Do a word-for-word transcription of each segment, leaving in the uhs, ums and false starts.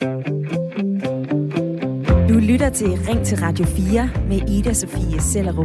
Du lytter til Ring til Radio fire med Ida Sofie Sellerup.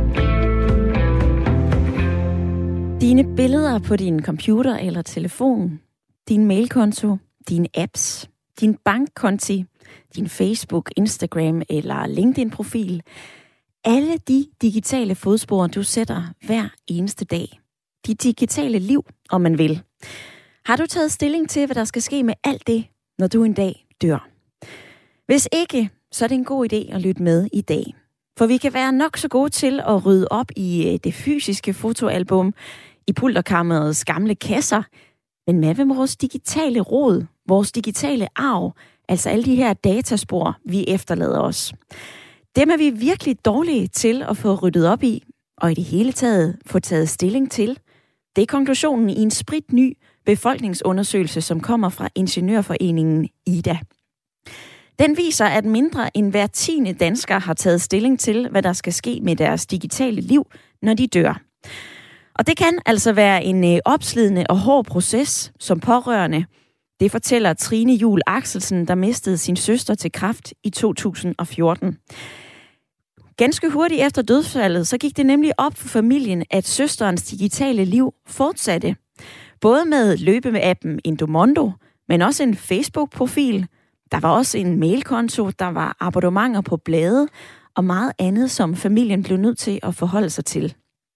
Dine billeder på din computer eller telefon, din mailkonto, dine apps, din bankkonti, din Facebook, Instagram eller LinkedIn-profil. Alle de digitale fodspor, du sætter hver eneste dag. De digitale liv, om man vil. Har du taget stilling til, hvad der skal ske med alt det, når du en dag dør? Hvis ikke, så er det en god idé at lytte med i dag. For vi kan være nok så gode til at rydde op i det fysiske fotoalbum, i pulterkammerets gamle kasser. Men hvad med vores digitale rod, vores digitale arv, altså alle de her dataspor, vi efterlader os? Dem er vi virkelig dårlige til at få ryddet op i, og i det hele taget få taget stilling til. Det er konklusionen i en spritny befolkningsundersøgelse, som kommer fra Ingeniørforeningen I D A. Den viser, at mindre end hver tiende dansker har taget stilling til, hvad der skal ske med deres digitale liv, når de dør. Og det kan altså være en opslidende og hård proces som pårørende. Det fortæller Trine Juhl Axelsen, der mistede sin søster til kræft i to tusind og fjorten. Ganske hurtigt efter dødsfaldet, så gik det nemlig op for familien, at søsterens digitale liv fortsatte. Både med løbeappen Endomondo, men også en Facebook-profil. Der var også en mailkonto, der var abonnementer på blade og meget andet, som familien blev nødt til at forholde sig til.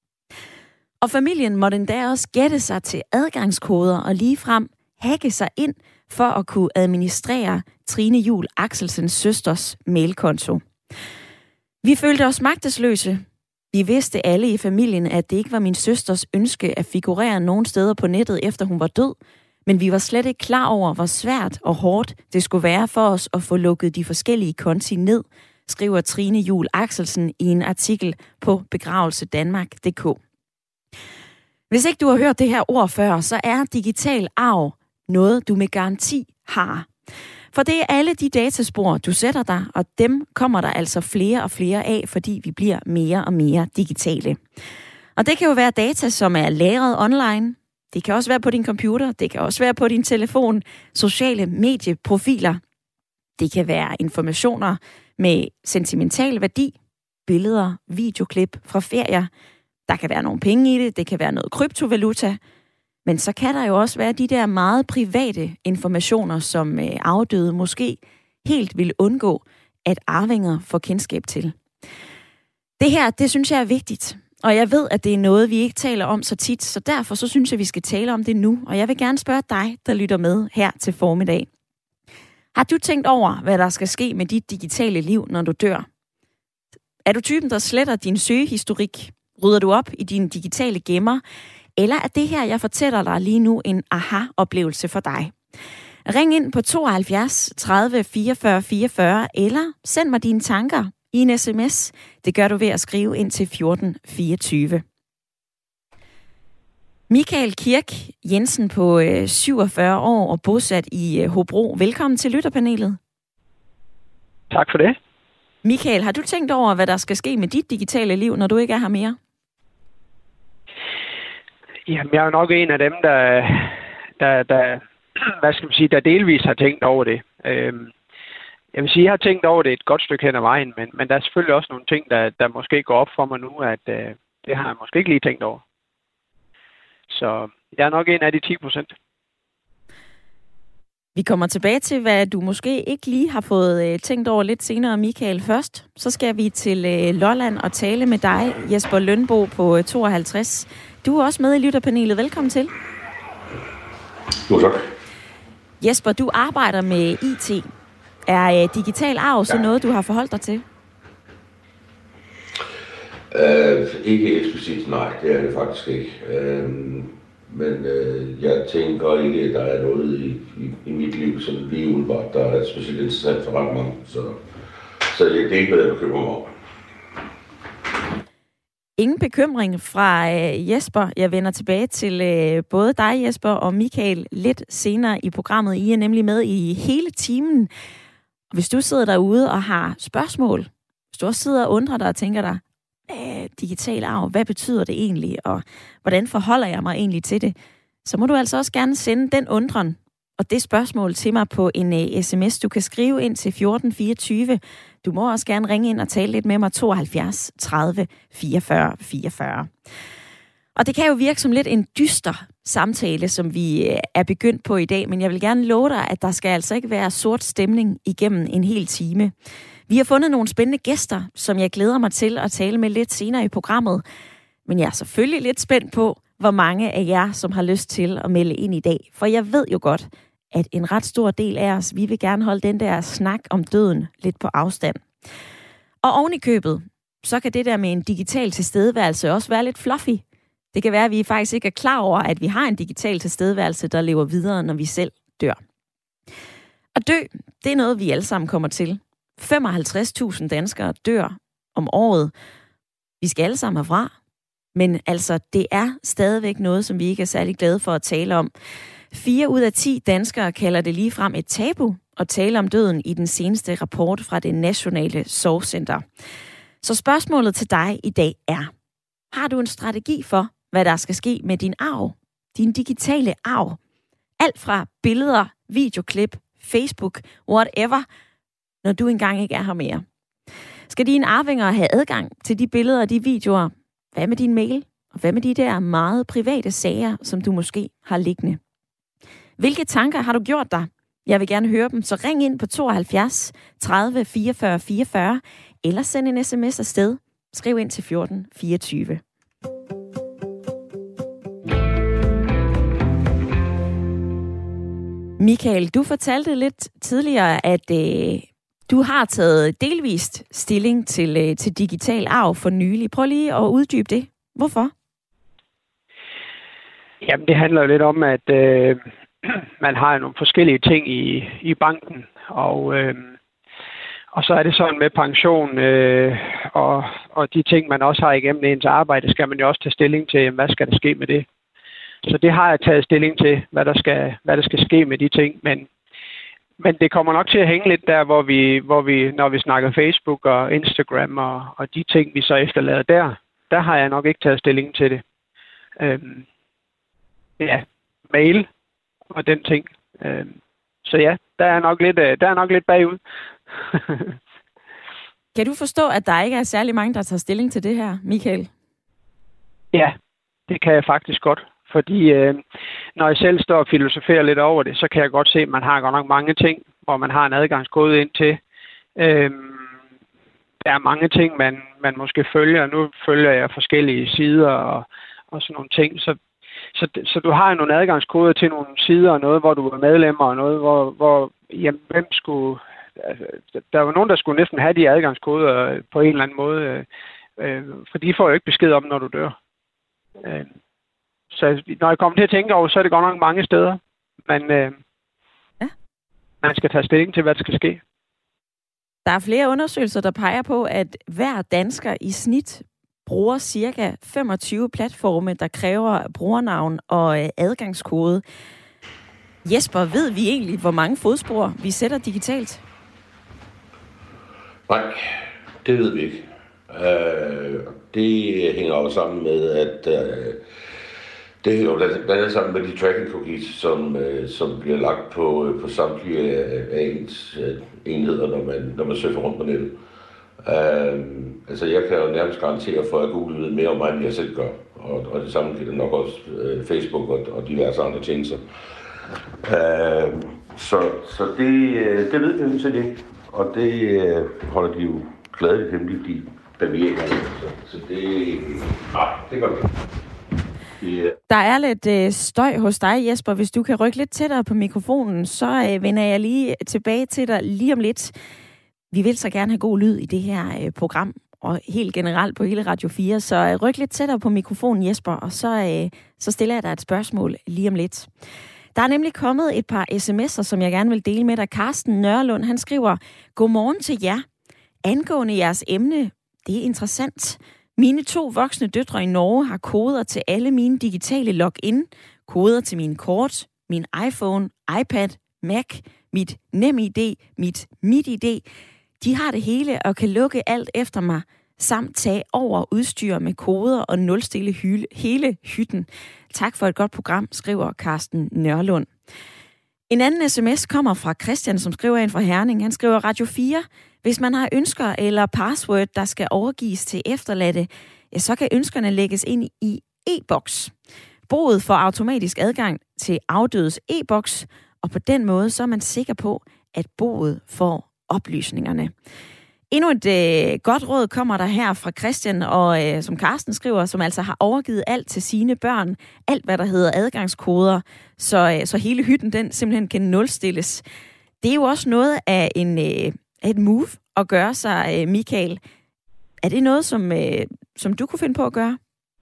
Og familien måtte endda også gætte sig til adgangskoder og ligefrem hacke sig ind for at kunne administrere Trine Juhl Axelsens søsters mailkonto. Vi følte os magtesløse. Vi vidste alle i familien, at det ikke var min søsters ønske at figurere nogen steder på nettet, efter hun var død, men vi var slet ikke klar over, hvor svært og hårdt det skulle være for os at få lukket de forskellige konti ned, skriver Trine Juhl Axelsen i en artikel på begravelsedanmark punktum d k. Hvis ikke du har hørt det her ord før, så er digital arv noget, du med garanti har. For det er alle de dataspor, du sætter dig, og dem kommer der altså flere og flere af, fordi vi bliver mere og mere digitale. Og det kan jo være data, som er lagret online. Det kan også være på din computer, det kan også være på din telefon, sociale medieprofiler. Det kan være informationer med sentimental værdi, billeder, videoklip fra ferier. Der kan være nogle penge i det, det kan være noget kryptovaluta. Men så kan der jo også være de der meget private informationer, som afdøde måske helt vil undgå, at arvinger får kendskab til. Det her, det synes jeg er vigtigt. Og jeg ved, at det er noget, vi ikke taler om så tit, så derfor så synes jeg, vi skal tale om det nu. Og jeg vil gerne spørge dig, der lytter med her til formiddag. Har du tænkt over, hvad der skal ske med dit digitale liv, når du dør? Er du typen, der sletter din søgehistorik? Rydder du op i dine digitale gemmer? Eller er det her, jeg fortæller dig lige nu, en aha-oplevelse for dig? Ring ind på tooghalvfjerds tredive fireogfyrre fireogfyrre, eller send mig dine tanker i en sms. Det gør du ved at skrive ind til fjorten fireogtyve. Michael Kirk Jensen på syvogfyrre år og bosat i Hobro. Velkommen til lytterpanelet. Tak for det. Michael, har du tænkt over, hvad der skal ske med dit digitale liv, når du ikke er her mere? Jamen, jeg er jo nok en af dem, der, der, der, hvad skal man sige, der delvis har tænkt over det. Øhm, jeg vil sige, jeg har tænkt over det et godt stykke hen ad vejen, men, men der er selvfølgelig også nogle ting, der, der måske går op for mig nu, at øh, det har jeg måske ikke lige tænkt over. Så jeg er nok en af de ti procent. Vi kommer tilbage til, hvad du måske ikke lige har fået øh, tænkt over lidt senere, Michael. Først, så skal vi til øh, Lolland og tale med dig, Jesper Lønbo på øh, tooghalvtreds. Du er også med i lytterpanelet. Velkommen til. Jo, tak. Jesper, du arbejder med I T. Er øh, digital arv så ja. noget, du har forholdt dig til? Uh, ikke eksplicit, nej. Det er det faktisk ikke. Uh, men uh, jeg tænker ikke, at der er noget i, i, i mit liv, som lige umiddelbart, der er specielt interessant for ret mange. Så, så det er ikke noget, jeg bekymrer mig om. Ingen bekymring fra øh, Jesper. Jeg vender tilbage til øh, både dig, Jesper, og Michael lidt senere i programmet. I er nemlig med i hele timen. Og hvis du sidder derude og har spørgsmål, hvis du også sidder og undrer dig og tænker dig, øh, digital arv, hvad betyder det egentlig, og hvordan forholder jeg mig egentlig til det, så må du altså også gerne sende den undren og det spørgsmål til mig på en uh, sms. Du kan skrive ind til fjorten fireogtyve. Du må også gerne ringe ind og tale lidt med mig, tooghalvfjerds tredive fireogfyrre fireogfyrre. Og det kan jo virke som lidt en dyster samtale, som vi er begyndt på i dag, men jeg vil gerne love dig, at der skal altså ikke være sort stemning igennem en hel time. Vi har fundet nogle spændende gæster, som jeg glæder mig til at tale med lidt senere i programmet. Men jeg er selvfølgelig lidt spændt på, hvor mange af jer, som har lyst til at melde ind i dag. For jeg ved jo godt, at en ret stor del af os, vi vil gerne holde den der snak om døden lidt på afstand. Og oven i købet, så kan det der med en digital tilstedeværelse også være lidt fluffy. Det kan være, at vi faktisk ikke er klar over, at vi har en digital tilstedeværelse, der lever videre, når vi selv dør. At dø, det er noget, vi alle sammen kommer til. femoghalvtreds tusind danskere dør om året. Vi skal alle sammen herfra. Men altså, det er stadigvæk noget, som vi ikke er særlig glade for at tale om. Fire ud af ti danskere kalder det ligefrem et tabu at tale om døden i den seneste rapport fra det Nationale Sorgcenter. Så spørgsmålet til dig i dag er, har du en strategi for, hvad der skal ske med din arv? Din digitale arv? Alt fra billeder, videoklip, Facebook, whatever, når du engang ikke er her mere. Skal dine arvinger have adgang til de billeder og de videoer? Hvad med din mail? Og hvad med de der meget private sager, som du måske har liggende? Hvilke tanker har du gjort dig? Jeg vil gerne høre dem, så ring ind på tooghalvfjerds tredive fireogfyrre fireogfyrre, eller send en sms afsted. Skriv ind til fjorten fireogtyve. Michael, du fortalte lidt tidligere, at øh, du har taget delvist stilling til, øh, til digital arv for nylig. Prøv lige at uddybe det. Hvorfor? Jamen, det handler jo lidt om, at øh, man har nogle forskellige ting i, i banken, og, øh, og så er det sådan med pension øh, og, og de ting, man også har igennem ens arbejde, skal man jo også tage stilling til, hvad skal der ske med det. Så det har jeg taget stilling til, hvad der skal, hvad der skal ske med de ting, men Men det kommer nok til at hænge lidt der, hvor vi, hvor vi når vi snakker Facebook og Instagram og, og de ting, vi så efterlader der, der har jeg nok ikke taget stilling til det. Øhm, ja, mail og den ting. Øhm, så ja, der er nok lidt, der er nok lidt bagud. Kan du forstå, at der ikke er særlig mange, der tager stilling til det her, Michael? Ja, det kan jeg faktisk godt. Fordi øh, når jeg selv står og filosoferer lidt over det, så kan jeg godt se, at man har godt nok mange ting, hvor man har en adgangskode ind til. Øh, der er mange ting, man, man måske følger. Nu følger jeg forskellige sider og, og sådan nogle ting. Så, så, så du har jo nogle adgangskoder til nogle sider og noget, hvor du er medlemmer og noget, hvor, hvor jamen, hvem skulle... Altså, der var nogen, der skulle næsten have de adgangskoder på en eller anden måde. Øh, for de får jo ikke besked om, når du dør. Øh, Så når jeg kommer til at tænke over, så er det godt nok mange steder. Men øh, ja. Man skal tage stilling til, hvad der skal ske. Der er flere undersøgelser, der peger på, at hver dansker i snit bruger cirka femogtyve platforme, der kræver brugernavn og adgangskode. Jesper, ved vi egentlig, hvor mange fodspor vi sætter digitalt? Nej, det ved vi ikke. Uh, det hænger jo sammen med, at uh, det hænger jo blandt andet sammen med de tracking cookies, som, uh, som bliver lagt på, uh, på samtlige af ens uh, enheder, når man, når man surfer rundt på nettet. Uh, altså, jeg kan jo nærmest garantere for, at Google ved mere om mig, end jeg selv gør. Og, og det samme gælder nok også uh, Facebook og, og diverse andre tjenester. Uh, så så det, uh, det ved vi jo ikke, og det uh, holder de jo gladeligt hemmeligt, de bevæger. Så, så det, ah, det går det. Yeah. Der er lidt øh, støj hos dig, Jesper. Hvis du kan rykke lidt tættere på mikrofonen, så øh, vender jeg lige tilbage til dig lige om lidt. Vi vil så gerne have god lyd i det her øh, program, og helt generelt på hele Radio fire. Så øh, ryk lidt tættere på mikrofonen, Jesper, og så, øh, så stiller jeg dig et spørgsmål lige om lidt. Der er nemlig kommet et par sms'er, som jeg gerne vil dele med dig. Carsten Nørlund, han skriver: Godmorgen til jer. Angående jeres emne, det er interessant. Mine to voksne døtre i Norge har koder til alle mine digitale login. Koder til min kort, min iPhone, iPad, Mac, mit NemID, mit MitID. De har det hele og kan lukke alt efter mig, samt tage over udstyr med koder og nulstille hyle, hele hytten. Tak for et godt program, skriver Carsten Nørlund. En anden sms kommer fra Christian, som skriver ind fra Herning. Han skriver Radio fire. Hvis man har ønsker eller password, der skal overgives til efterladte, ja, så kan ønskerne lægges ind i e-boks. Boet får automatisk adgang til afdødes e-boks, og på den måde så er man sikker på, at boet får oplysningerne. Endnu et øh, godt råd kommer der her fra Christian, og øh, som Carsten skriver, som altså har overgivet alt til sine børn, alt hvad der hedder adgangskoder, så, øh, så hele hytten den simpelthen kan nulstilles. Det er jo også noget af en, øh, et move at gøre sig, øh, Michael. Er det noget, som, øh, som du kunne finde på at gøre?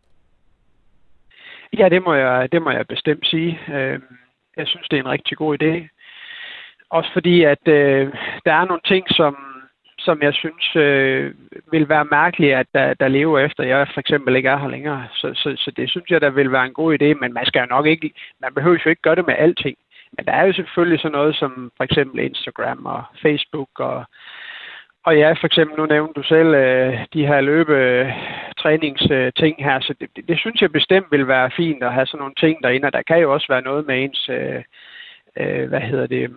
Ja, det må jeg, det må jeg bestemt sige. Jeg synes, det er en rigtig god idé. Også fordi, at øh, der er nogle ting, som, som jeg synes øh, vil være mærkelige, at der, der lever efter, jeg for eksempel ikke er her længere. Så, så, så det synes jeg, der vil være en god idé, men man skal jo nok ikke, man behøver jo ikke gøre det med alting. Men der er jo selvfølgelig sådan noget som for eksempel Instagram og Facebook og Og ja, for eksempel, nu nævnte du selv øh, de her løbetræningsting her, så det, det, det synes jeg bestemt vil være fint at have sådan nogle ting derinde, og der kan jo også være noget med ens, øh, øh, hvad hedder det,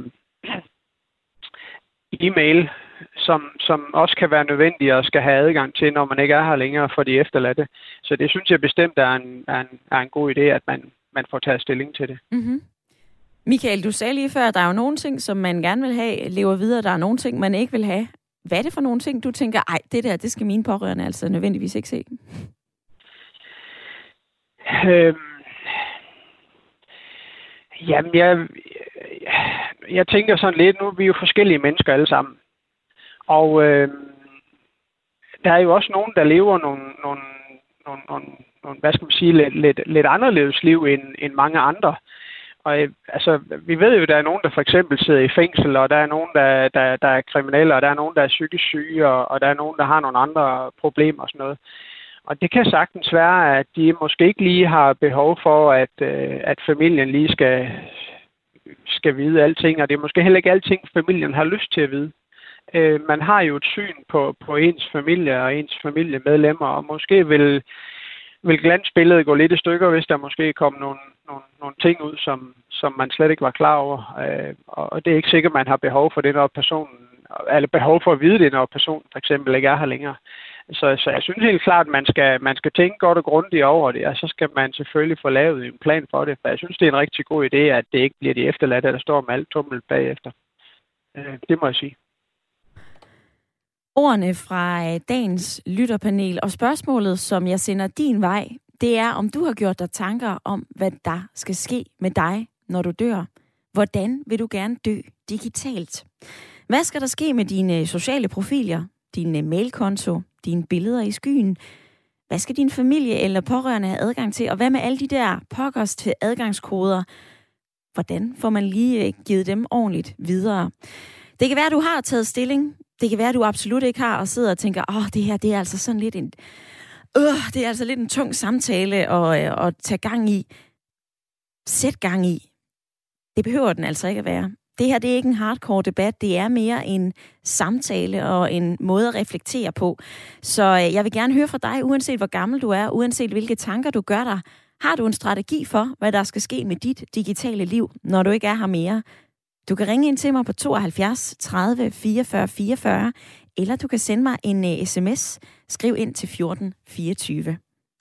e-mail, som, som også kan være nødvendig og skal have adgang til, når man ikke er her længere for de efterladte. Så det synes jeg bestemt er en, er en, er en god idé, at man, man får taget stilling til det. Mm-hmm. Michael, du sagde lige før, at der er jo nogle ting, som man gerne vil have, lever videre, der er nogle ting, man ikke vil have. Hvad er det for nogle ting, du tænker, ej, det der, det skal mine pårørende altså nødvendigvis ikke se? Øhm, jamen, jeg, jeg tænker sådan lidt, nu er vi jo forskellige mennesker alle sammen. Og øhm, der er jo også nogen, der lever nogle, nogle, nogle, nogle, nogle hvad skal man sige, lidt, lidt, lidt anderledes liv end, end mange andre. Og altså, vi ved jo, at der er nogen, der for eksempel sidder i fængsel, og der er nogen, der, der, der er kriminelle, og der er nogen, der er psykisk syge, og, og der er nogen, der har nogle andre problemer og sådan noget. Og det kan sagtens være, at de måske ikke lige har behov for, at, at familien lige skal, skal vide alting, og det er måske heller ikke alting, familien har lyst til at vide. Man har jo et syn på, på ens familie og ens familiemedlemmer, og måske vil... vil glansbilledet gå lidt i stykker, hvis der måske kom nogle, nogle, nogle ting ud, som, som man slet ikke var klar over. Øh, og det er ikke sikkert, man har behov for det, når personen, eller behov for at vide det, når personen for eksempel ikke er her længere. Så, så jeg synes helt klart, at man skal, man skal tænke godt og grundigt over det, og så skal man selvfølgelig få lavet en plan for det. For jeg synes, det er en rigtig god idé, at det ikke bliver de efterladte, der står med alt tummel bagefter. Øh, det må jeg sige. Ordene fra dagens lytterpanel og spørgsmålet, som jeg sender din vej, det er, om du har gjort dig tanker om, hvad der skal ske med dig, når du dør. Hvordan vil du gerne dø digitalt? Hvad skal der ske med dine sociale profiler, din mailkonto, dine billeder i skyen? Hvad skal din familie eller pårørende have adgang til? Og hvad med alle de der pokkers til adgangskoder? Hvordan får man lige givet dem ordentligt videre? Det kan være, at du har taget stilling. Det kan være, at du absolut ikke har, og sidder og tænker, åh, oh, det her, det er altså sådan lidt en, øh, det er altså lidt en tung samtale at, at tage gang i. Sæt gang i. Det behøver den altså ikke at være. Det her, det er ikke en hardcore debat, det er mere en samtale og en måde at reflektere på. Så jeg vil gerne høre fra dig, uanset hvor gammel du er, uanset hvilke tanker du gør dig. Har du en strategi for, hvad der skal ske med dit digitale liv, når du ikke er her mere? Du kan ringe ind til mig på tooghalvfjerds tredive fireogfyrre fireogfyrre, eller du kan sende mig en uh, sms. Skriv ind til fjorten fireogtyve.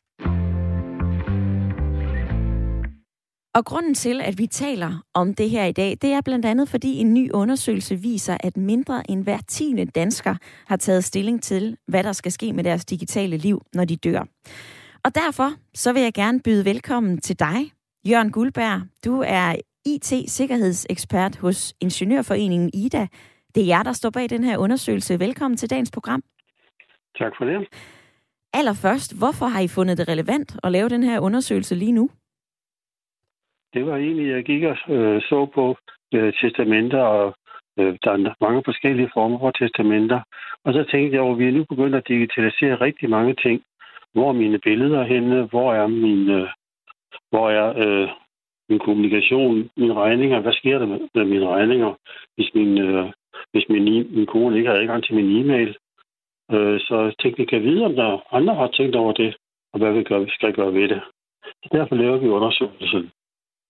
Og grunden til, at vi taler om det her i dag, det er blandt andet, fordi en ny undersøgelse viser, at mindre end hver tiende dansker har taget stilling til, hvad der skal ske med deres digitale liv, når de dør. Og derfor så vil jeg gerne byde velkommen til dig, Jørgen Guldberg. Du er I T-sikkerhedsekspert hos Ingeniørforeningen I D A. Det er jer, der står bag den her undersøgelse. Velkommen til dagens program. Tak for det. Allerførst, hvorfor har I fundet det relevant at lave den her undersøgelse lige nu? Det var egentlig, jeg gik og øh, så på øh, testamenter, og øh, der er mange forskellige former for testamenter. Og så tænkte jeg, at vi er nu begyndt at digitalisere rigtig mange ting. Hvor er mine billeder henne? Hvor er min, øh, hvor er, øh, min kommunikation, mine regninger? Hvad sker der med, med mine regninger, hvis min, øh, hvis min, min kone ikke har adgang til min e-mail? Øh, så jeg tænkte, jeg kan vide, om der andre har tænkt over det, og hvad vi gør, vi skal gøre ved det. Så derfor laver vi undersøgelsen.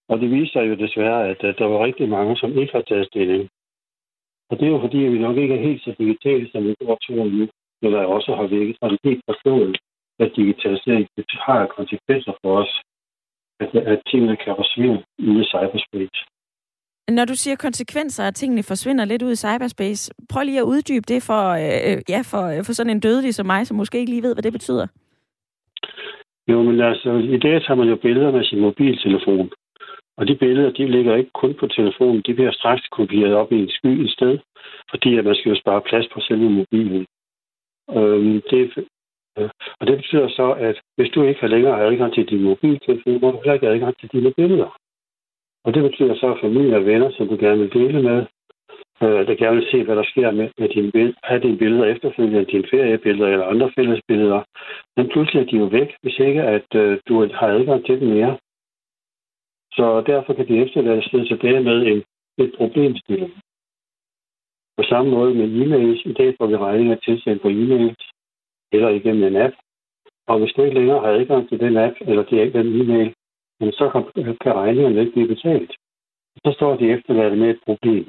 Og det viser jo desværre, at, at der var rigtig mange, som ikke har taget stilling. Og det er jo fordi, at vi nok ikke er helt så digitale, som vi går til nu, eller også har vi ikke sådan helt forstået, at digitalisering har konsekvenser for os, at, at tingene kan forsvinde ude i cyberspace. Når du siger konsekvenser, at tingene forsvinder lidt ud i cyberspace, prøv lige at uddybe det for, øh, ja, for, for sådan en dødelig som mig, som måske ikke lige ved, hvad det betyder. Jo, men altså, i dag tager man jo billeder med sin mobiltelefon. Og de billeder, de ligger ikke kun på telefonen, de bliver straks kopieret op i en sky et sted, fordi at man skal jo spare plads på selve mobilen. Øhm, det, øh, og det betyder så, at hvis du ikke har længere adgang til din mobiltelefon, må du heller ikke have adgang til dine billeder. Og det betyder så, at familie og venner, som du gerne vil dele med, øh, der gerne vil se, hvad der sker med, med dine billeder, have dine billeder efterfølgende, dine feriebilleder eller andre fællesbilleder, men pludselig er de jo væk, hvis ikke at øh, du har adgang til dem mere. Så derfor kan de efterladte sidde tilbage med en, et problemstilling. På samme måde med e-mails. I dag får vi regninger tilsendt på e-mails eller igennem en app. Og hvis du ikke længere har adgang til den app eller til den e-mail, så kan, kan regningerne ikke blive betalt. Så står de efterladte med et problem.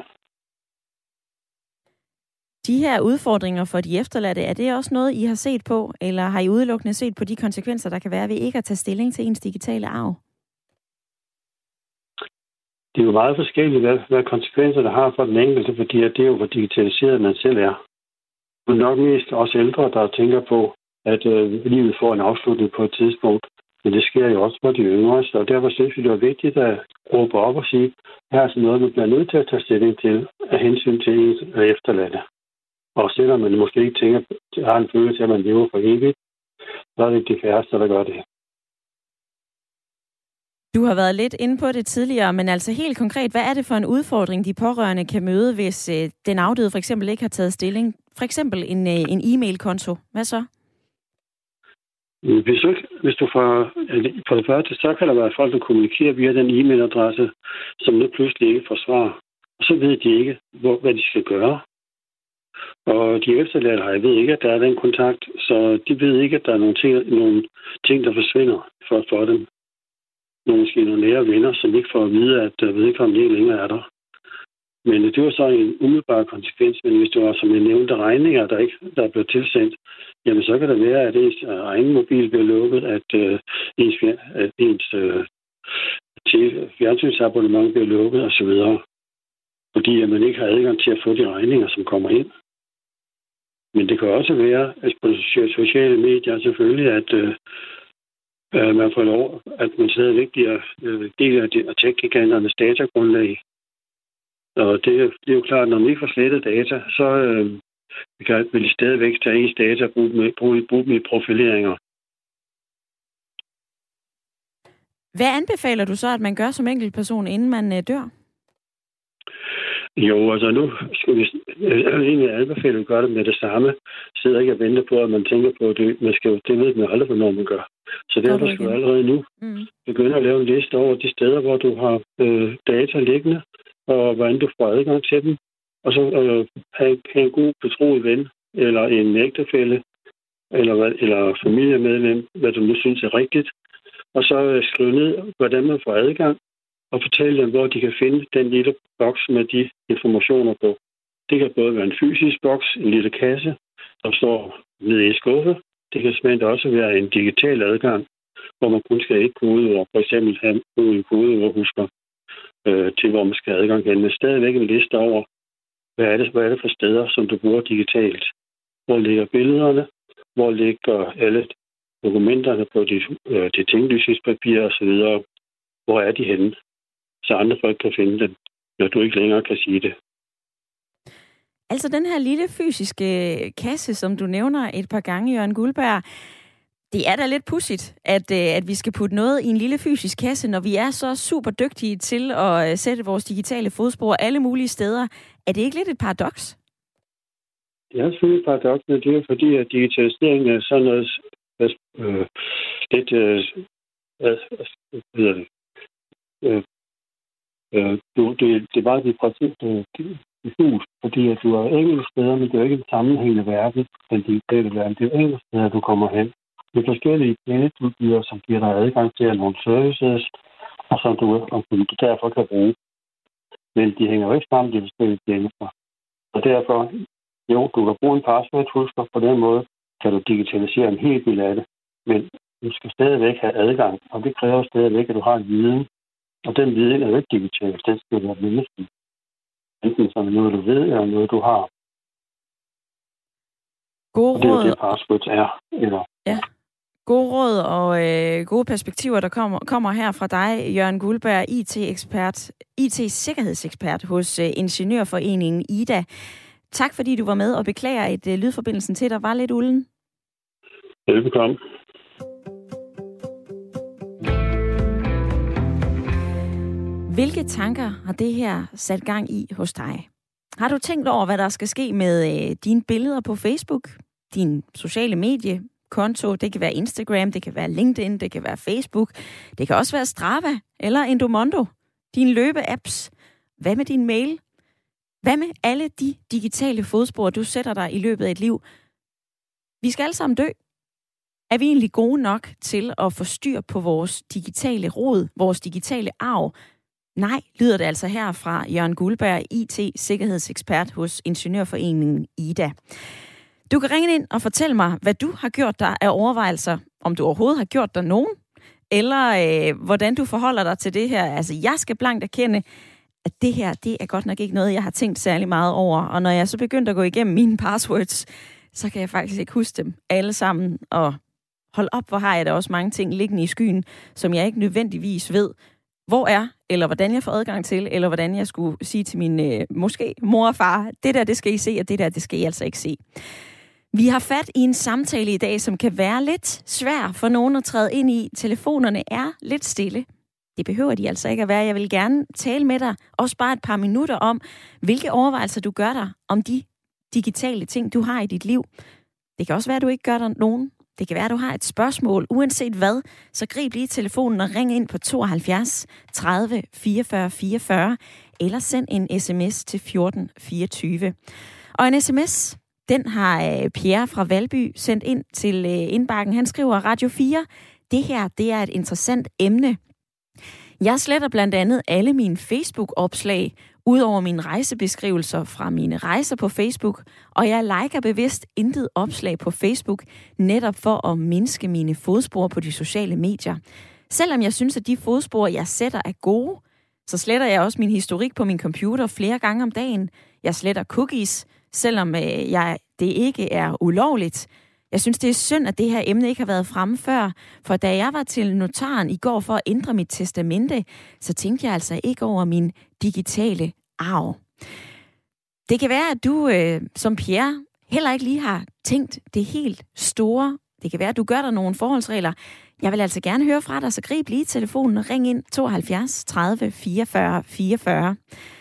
De her udfordringer for de efterladte, er det også noget, I har set på? Eller har I udelukkende set på de konsekvenser, der kan være ved ikke at tage stilling til ens digitale arv? Det er jo meget forskelligt, hvad, hvad konsekvenser der har for den enkelte, fordi det er jo, hvor digitaliseret man selv er. Og nok mest også ældre, der tænker på, at øh, livet får en afslutning på et tidspunkt. Men det sker jo også for de yngre, og derfor synes vi, det er vigtigt at råbe op og sige, her er sådan noget, man bliver nødt til at tage stilling til af hensyn til ens efterladte. Og selvom man måske ikke tænker, har en følelse af, at man lever for evigt, så er det de færreste, der gør det. Du har været lidt inde på det tidligere, men altså helt konkret, hvad er det for en udfordring, de pårørende kan møde, hvis øh, den afdøde for eksempel ikke har taget stilling? For eksempel en, øh, en e-mail-konto. Hvad så? Hvis du, hvis du får, for det første, så kan der være folk, der kommunikerer via den e-mailadresse, som nu pludselig ikke får svar. Og så ved de ikke, hvor, hvad de skal gøre. Og de efterladte har, jeg ved ikke, at der er den kontakt, så de ved ikke, at der er nogle ting, nogle ting der forsvinder for, for dem. Nogle måske nogle nære venner, som ikke får at vide, at vedkommende ikke længere er der. Men det var så en umiddelbar konsekvens, men hvis du har, som jeg nævnte, regninger, der ikke der er blevet tilsendt, jamen så kan det være, at ens egen mobil bliver lukket, at uh, ens, at ens uh, fjernsynsabonnement bliver lukket osv. Fordi at man ikke har adgang til at få de regninger, som kommer ind. Men det kan også være, at på sociale medier selvfølgelig, at uh, Uh, man får lov, at man stadigvæk bliver uh, del af, de, af tech-giganternes datagrundlag. Og det, det er jo klart, at når man ikke får slettet data, så uh, kan, vil de stadigvæk tage ens data og bruge, med, bruge, bruge dem i profileringer. Hvad anbefaler du så, at man gør som enkeltperson, inden man uh, dør? Jo, altså nu skal vi egentlig anbefale at gøre det med det samme. Sidder ikke og venter på, at man tænker på det. Man skal jo, det ved man aldrig, hvornår man gør. Så derfor skal du allerede nu mm. begynde at lave en liste over de steder, hvor du har øh, data liggende, og hvordan du får adgang til dem. Og så øh, have, have en god betroet ven, eller en ægtefælle, eller, eller familiemedlem, hvad du nu synes er rigtigt. Og så øh, skrive ned, hvordan man får adgang, og fortælle dem, hvor de kan finde den lille boks med de informationer på. Det kan både være en fysisk boks, en lille kasse, der står nede i skuffe. Det kan simpelthen også være en digital adgang, hvor man kun skal et kodeord, for eksempel have en kodeordhusker øh, til, hvor man skal have adgang hen. Men stadigvæk en liste over, hvad er, det, hvad er det for steder, som du bruger digitalt. Hvor ligger billederne? Hvor ligger alle dokumenterne på de, øh, de tinglysningspapirer osv.? Hvor er de henne? Så andre folk kan finde dem, når du ikke længere kan sige det. Altså den her lille fysiske kasse, som du nævner et par gange, Jørgen Guldberg, det er da lidt pudsigt, at, at vi skal putte noget i en lille fysisk kasse, når vi er så super dygtige til at sætte vores digitale fodspor alle mulige steder. Er det ikke lidt et paradoks? Det er selvfølgelig et paradoks, men det er fordi, at digitalisering er sådan noget øh, lidt øh, hvad hedder det? Øh, øh, det, det er bare det præcis diffus, fordi at du er enkelte steder, men det er jo ikke en sammenhængende verden, den digitale verden. Det er jo enkelte steder, du kommer hen. Det er forskellige tjenestudbydere, som giver dig adgang til nogle services, og som du, og som du derfor kan bruge. Men de hænger jo ikke sammen, de forskellige tjenester. Og derfor, jo, du kan bruge en password-husker. På den måde kan du digitalisere en hel del af det. Men du skal stadigvæk have adgang, og det kræver stadigvæk, at du har en viden. Og den viden er jo ikke digital, den skal være menneskelig. Enten som noget, du ved, eller noget, du har. God og det er råd. jo det, passwords er. Eller, ja. Gode råd og øh, gode perspektiver, der kommer, kommer her fra dig, Jørgen Guldberg, I T-ekspert, I T-sikkerhedsekspert hos øh, Ingeniørforeningen I D A. Tak fordi du var med, og beklager, at øh, lydforbindelsen til dig var lidt ulden. Velbekomme. Hvilke tanker har det her sat gang i hos dig? Har du tænkt over, hvad der skal ske med øh, dine billeder på Facebook, din sociale medie, konto? Det kan være Instagram, det kan være LinkedIn, det kan være Facebook, det kan også være Strava eller Endomondo, dine løbe-apps. Hvad med din mail? Hvad med alle de digitale fodspor, du sætter dig i løbet af et liv? Vi skal alle sammen dø. Er vi egentlig gode nok til at få styr på vores digitale rod, vores digitale arv? Nej, lyder det altså her fra Jørgen Guldberg, I T-sikkerhedsekspert hos Ingeniørforeningen I D A. Du kan ringe ind og fortælle mig, hvad du har gjort dig af overvejelser, om du overhovedet har gjort dig nogen, eller øh, hvordan du forholder dig til det her. Altså, jeg skal blankt erkende, at det her, det er godt nok ikke noget, jeg har tænkt særlig meget over. Og når jeg så begyndte at gå igennem mine passwords, så kan jeg faktisk ikke huske dem alle sammen. Og hold op, hvor har jeg da også mange ting liggende i skyen, som jeg ikke nødvendigvis ved, hvor er, eller hvordan jeg får adgang til, eller hvordan jeg skulle sige til min øh, måske mor og far, det der, det skal I se, og det der, det skal I altså ikke se. Vi har fat i en samtale i dag, som kan være lidt svær for nogen at træde ind i. Telefonerne er lidt stille. Det behøver de altså ikke at være. Jeg vil gerne tale med dig, også bare et par minutter om, hvilke overvejelser du gør dig om de digitale ting, du har i dit liv. Det kan også være, at du ikke gør dig nogen. Det kan være, at du har et spørgsmål. Uanset hvad, så grib lige telefonen og ring ind på tooghalvfjerds tredive fireogfyrre fireogfyrre, eller send en sms til fjorten fireogtyve. Og en sms, den har Pierre fra Valby sendt ind til indbakken. Han skriver, Radio fire, det her, det er et interessant emne. Jeg sletter blandt andet alle mine Facebook-opslag, ud over mine rejsebeskrivelser fra mine rejser på Facebook, og jeg liker bevidst intet opslag på Facebook, netop for at mindske mine fodspor på de sociale medier. Selvom jeg synes, at de fodspor, jeg sætter, er gode, så sletter jeg også min historik på min computer flere gange om dagen. Jeg sletter cookies, selvom øh, jeg, det ikke er ulovligt. Jeg synes, det er synd, at det her emne ikke har været fremme før, for da jeg var til notaren i går for at ændre mit testamente, så tænkte jeg altså ikke over min digitale arv. Det kan være, at du øh, som Pierre heller ikke lige har tænkt det helt store. Det kan være, at du gør dig nogle forholdsregler. Jeg vil altså gerne høre fra dig, så grib lige telefonen og ring ind tooghalvfjerds tredive fireogfyrre fireogfyrre.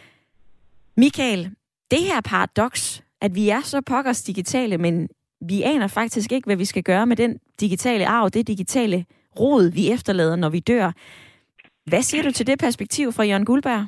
Michael, det her paradoks, at vi er så pokkers digitale, men vi aner faktisk ikke, hvad vi skal gøre med den digitale arv, det digitale rod, vi efterlader, når vi dør. Hvad siger du til det perspektiv fra Jørgen Guldberg?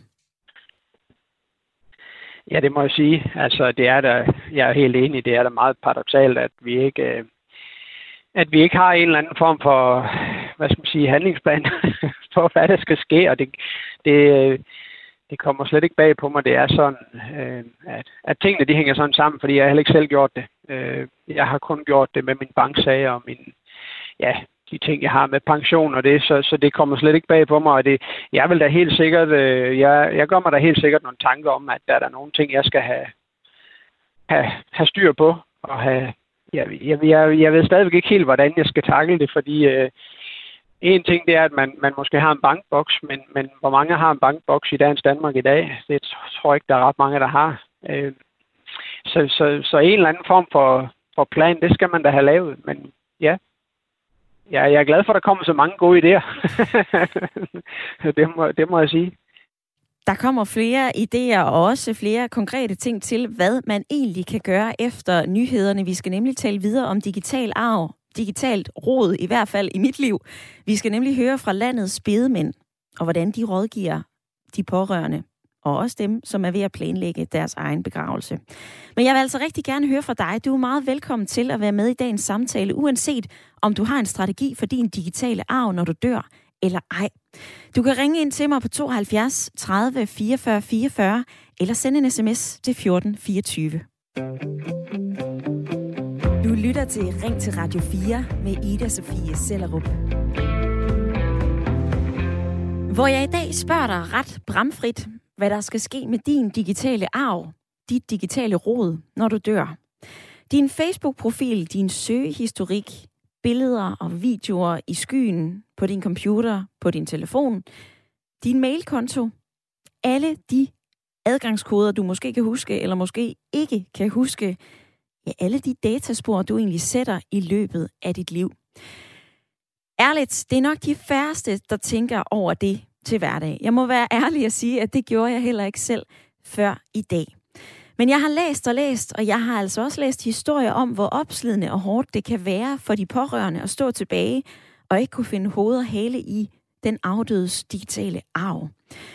Ja, det må jeg sige. Altså, det er der, jeg er helt enig, det er da meget paradoksalt, at vi ikke, at vi ikke har en eller anden form for, hvad skal man sige, handlingsplan for, hvad der skal ske, og det, det, det kommer slet ikke bag på mig. Det er sådan, at, at tingene, de hænger sådan sammen, fordi jeg har heller ikke selv gjort det. Jeg har kun gjort det med min banksager og min, ja, de ting, jeg har med pension og det, så, så det kommer slet ikke bag på mig. Og det, jeg vil da helt sikkert, øh, jeg, jeg gør mig da helt sikkert nogle tanker om, at der er der nogle ting, jeg skal have, have, have styr på. Og have, jeg, jeg, jeg, jeg ved stadigvæk ikke helt, hvordan jeg skal tackle det, fordi øh, en ting, det er, at man, man måske har en bankboks, men, men hvor mange har en bankboks i dagens Danmark i dag? Det tror jeg ikke, der er ret mange, der har. Øh, så, så, så en eller anden form for, for plan, det skal man da have lavet, men ja. Ja, jeg er glad for, at der kommer så mange gode idéer. det, må, det må jeg sige. Der kommer flere idéer og også flere konkrete ting til, hvad man egentlig kan gøre efter nyhederne. Vi skal nemlig tale videre om digital arv, digitalt rod, i hvert fald i mit liv. Vi skal nemlig høre fra landets bedemænd, og hvordan de rådgiver de pårørende, og også dem, som er ved at planlægge deres egen begravelse. Men jeg vil altså rigtig gerne høre fra dig. Du er meget velkommen til at være med i dagens samtale, uanset om du har en strategi for din digitale arv, når du dør, eller ej. Du kan ringe ind til mig på tooghalvfjerds tredive fireogfyrre fireogfyrre eller sende en sms til fjorten fireogtyve. Du lytter til Ring til Radio fire med Ida Sofie Sellerup. Hvor jeg i dag spørger dig ret bramfrit, hvad der skal ske med din digitale arv, dit digitale rod, når du dør. Din Facebook-profil, din søgehistorik, billeder og videoer i skyen, på din computer, på din telefon, din mailkonto, alle de adgangskoder, du måske kan huske, eller måske ikke kan huske, ja, alle de dataspor, du egentlig sætter i løbet af dit liv. Ærligt, det er nok de færreste, der tænker over det til hverdag. Jeg må være ærlig og sige, at det gjorde jeg heller ikke selv før i dag. Men jeg har læst og læst, og jeg har altså også læst historier om, hvor opslidende og hårdt det kan være for de pårørende at stå tilbage og ikke kunne finde hoved og hale i den afdødes digitale arv.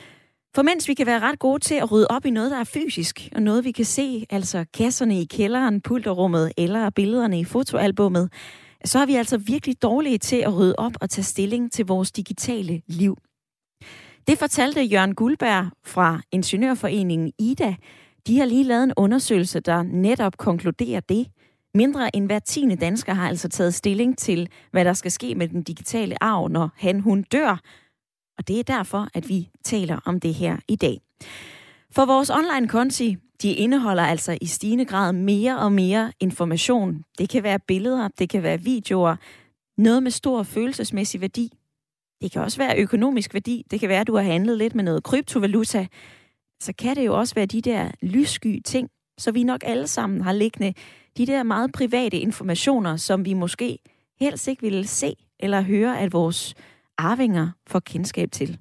For mens vi kan være ret gode til at rydde op i noget, der er fysisk, og noget vi kan se, altså kasserne i kælderen, pulterummet eller billederne i fotoalbummet, så er vi altså virkelig dårlige til at rydde op og tage stilling til vores digitale liv. Det fortalte Jørgen Guldberg fra Ingeniørforeningen I D A. De har lige lavet en undersøgelse, der netop konkluderer det. Mindre end hver tiende dansker har altså taget stilling til, hvad der skal ske med den digitale arv, når han hun dør. Og det er derfor, at vi taler om det her i dag. For vores online-konti, de indeholder altså i stigende grad mere og mere information. Det kan være billeder, det kan være videoer, noget med stor følelsesmæssig værdi. Det kan også være økonomisk værdi. Det kan være, at du har handlet lidt med noget kryptovaluta. Så kan det jo også være de der lyssky ting, så vi nok alle sammen har liggende de der meget private informationer, som vi måske helst ikke ville se eller høre, at vores arvinger får kendskab til.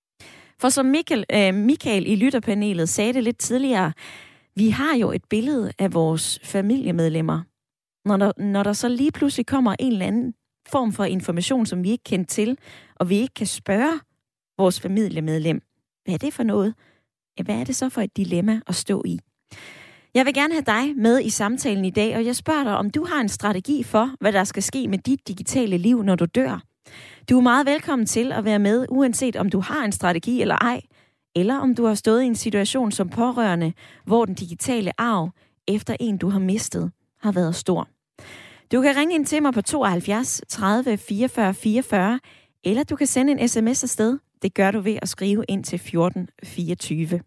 For som Michael, øh, Michael i lytterpanelet sagde det lidt tidligere, vi har jo et billede af vores familiemedlemmer. Når der, når der så lige pludselig kommer en eller anden form for information, som vi ikke kender til, og vi ikke kan spørge vores familiemedlem, hvad er det for noget? Hvad er det så for et dilemma at stå i? Jeg vil gerne have dig med i samtalen i dag, og jeg spørger dig, om du har en strategi for, hvad der skal ske med dit digitale liv, når du dør. Du er meget velkommen til at være med, uanset om du har en strategi eller ej, eller om du har stået i en situation som pårørende, hvor den digitale arv efter en, du har mistet, har været stor. Du kan ringe ind til mig på tooghalvfjerds tredive fireogfyrre fireogfyrre, eller du kan sende en sms afsted. Det gør du ved at skrive ind til fjorten fireogtyve.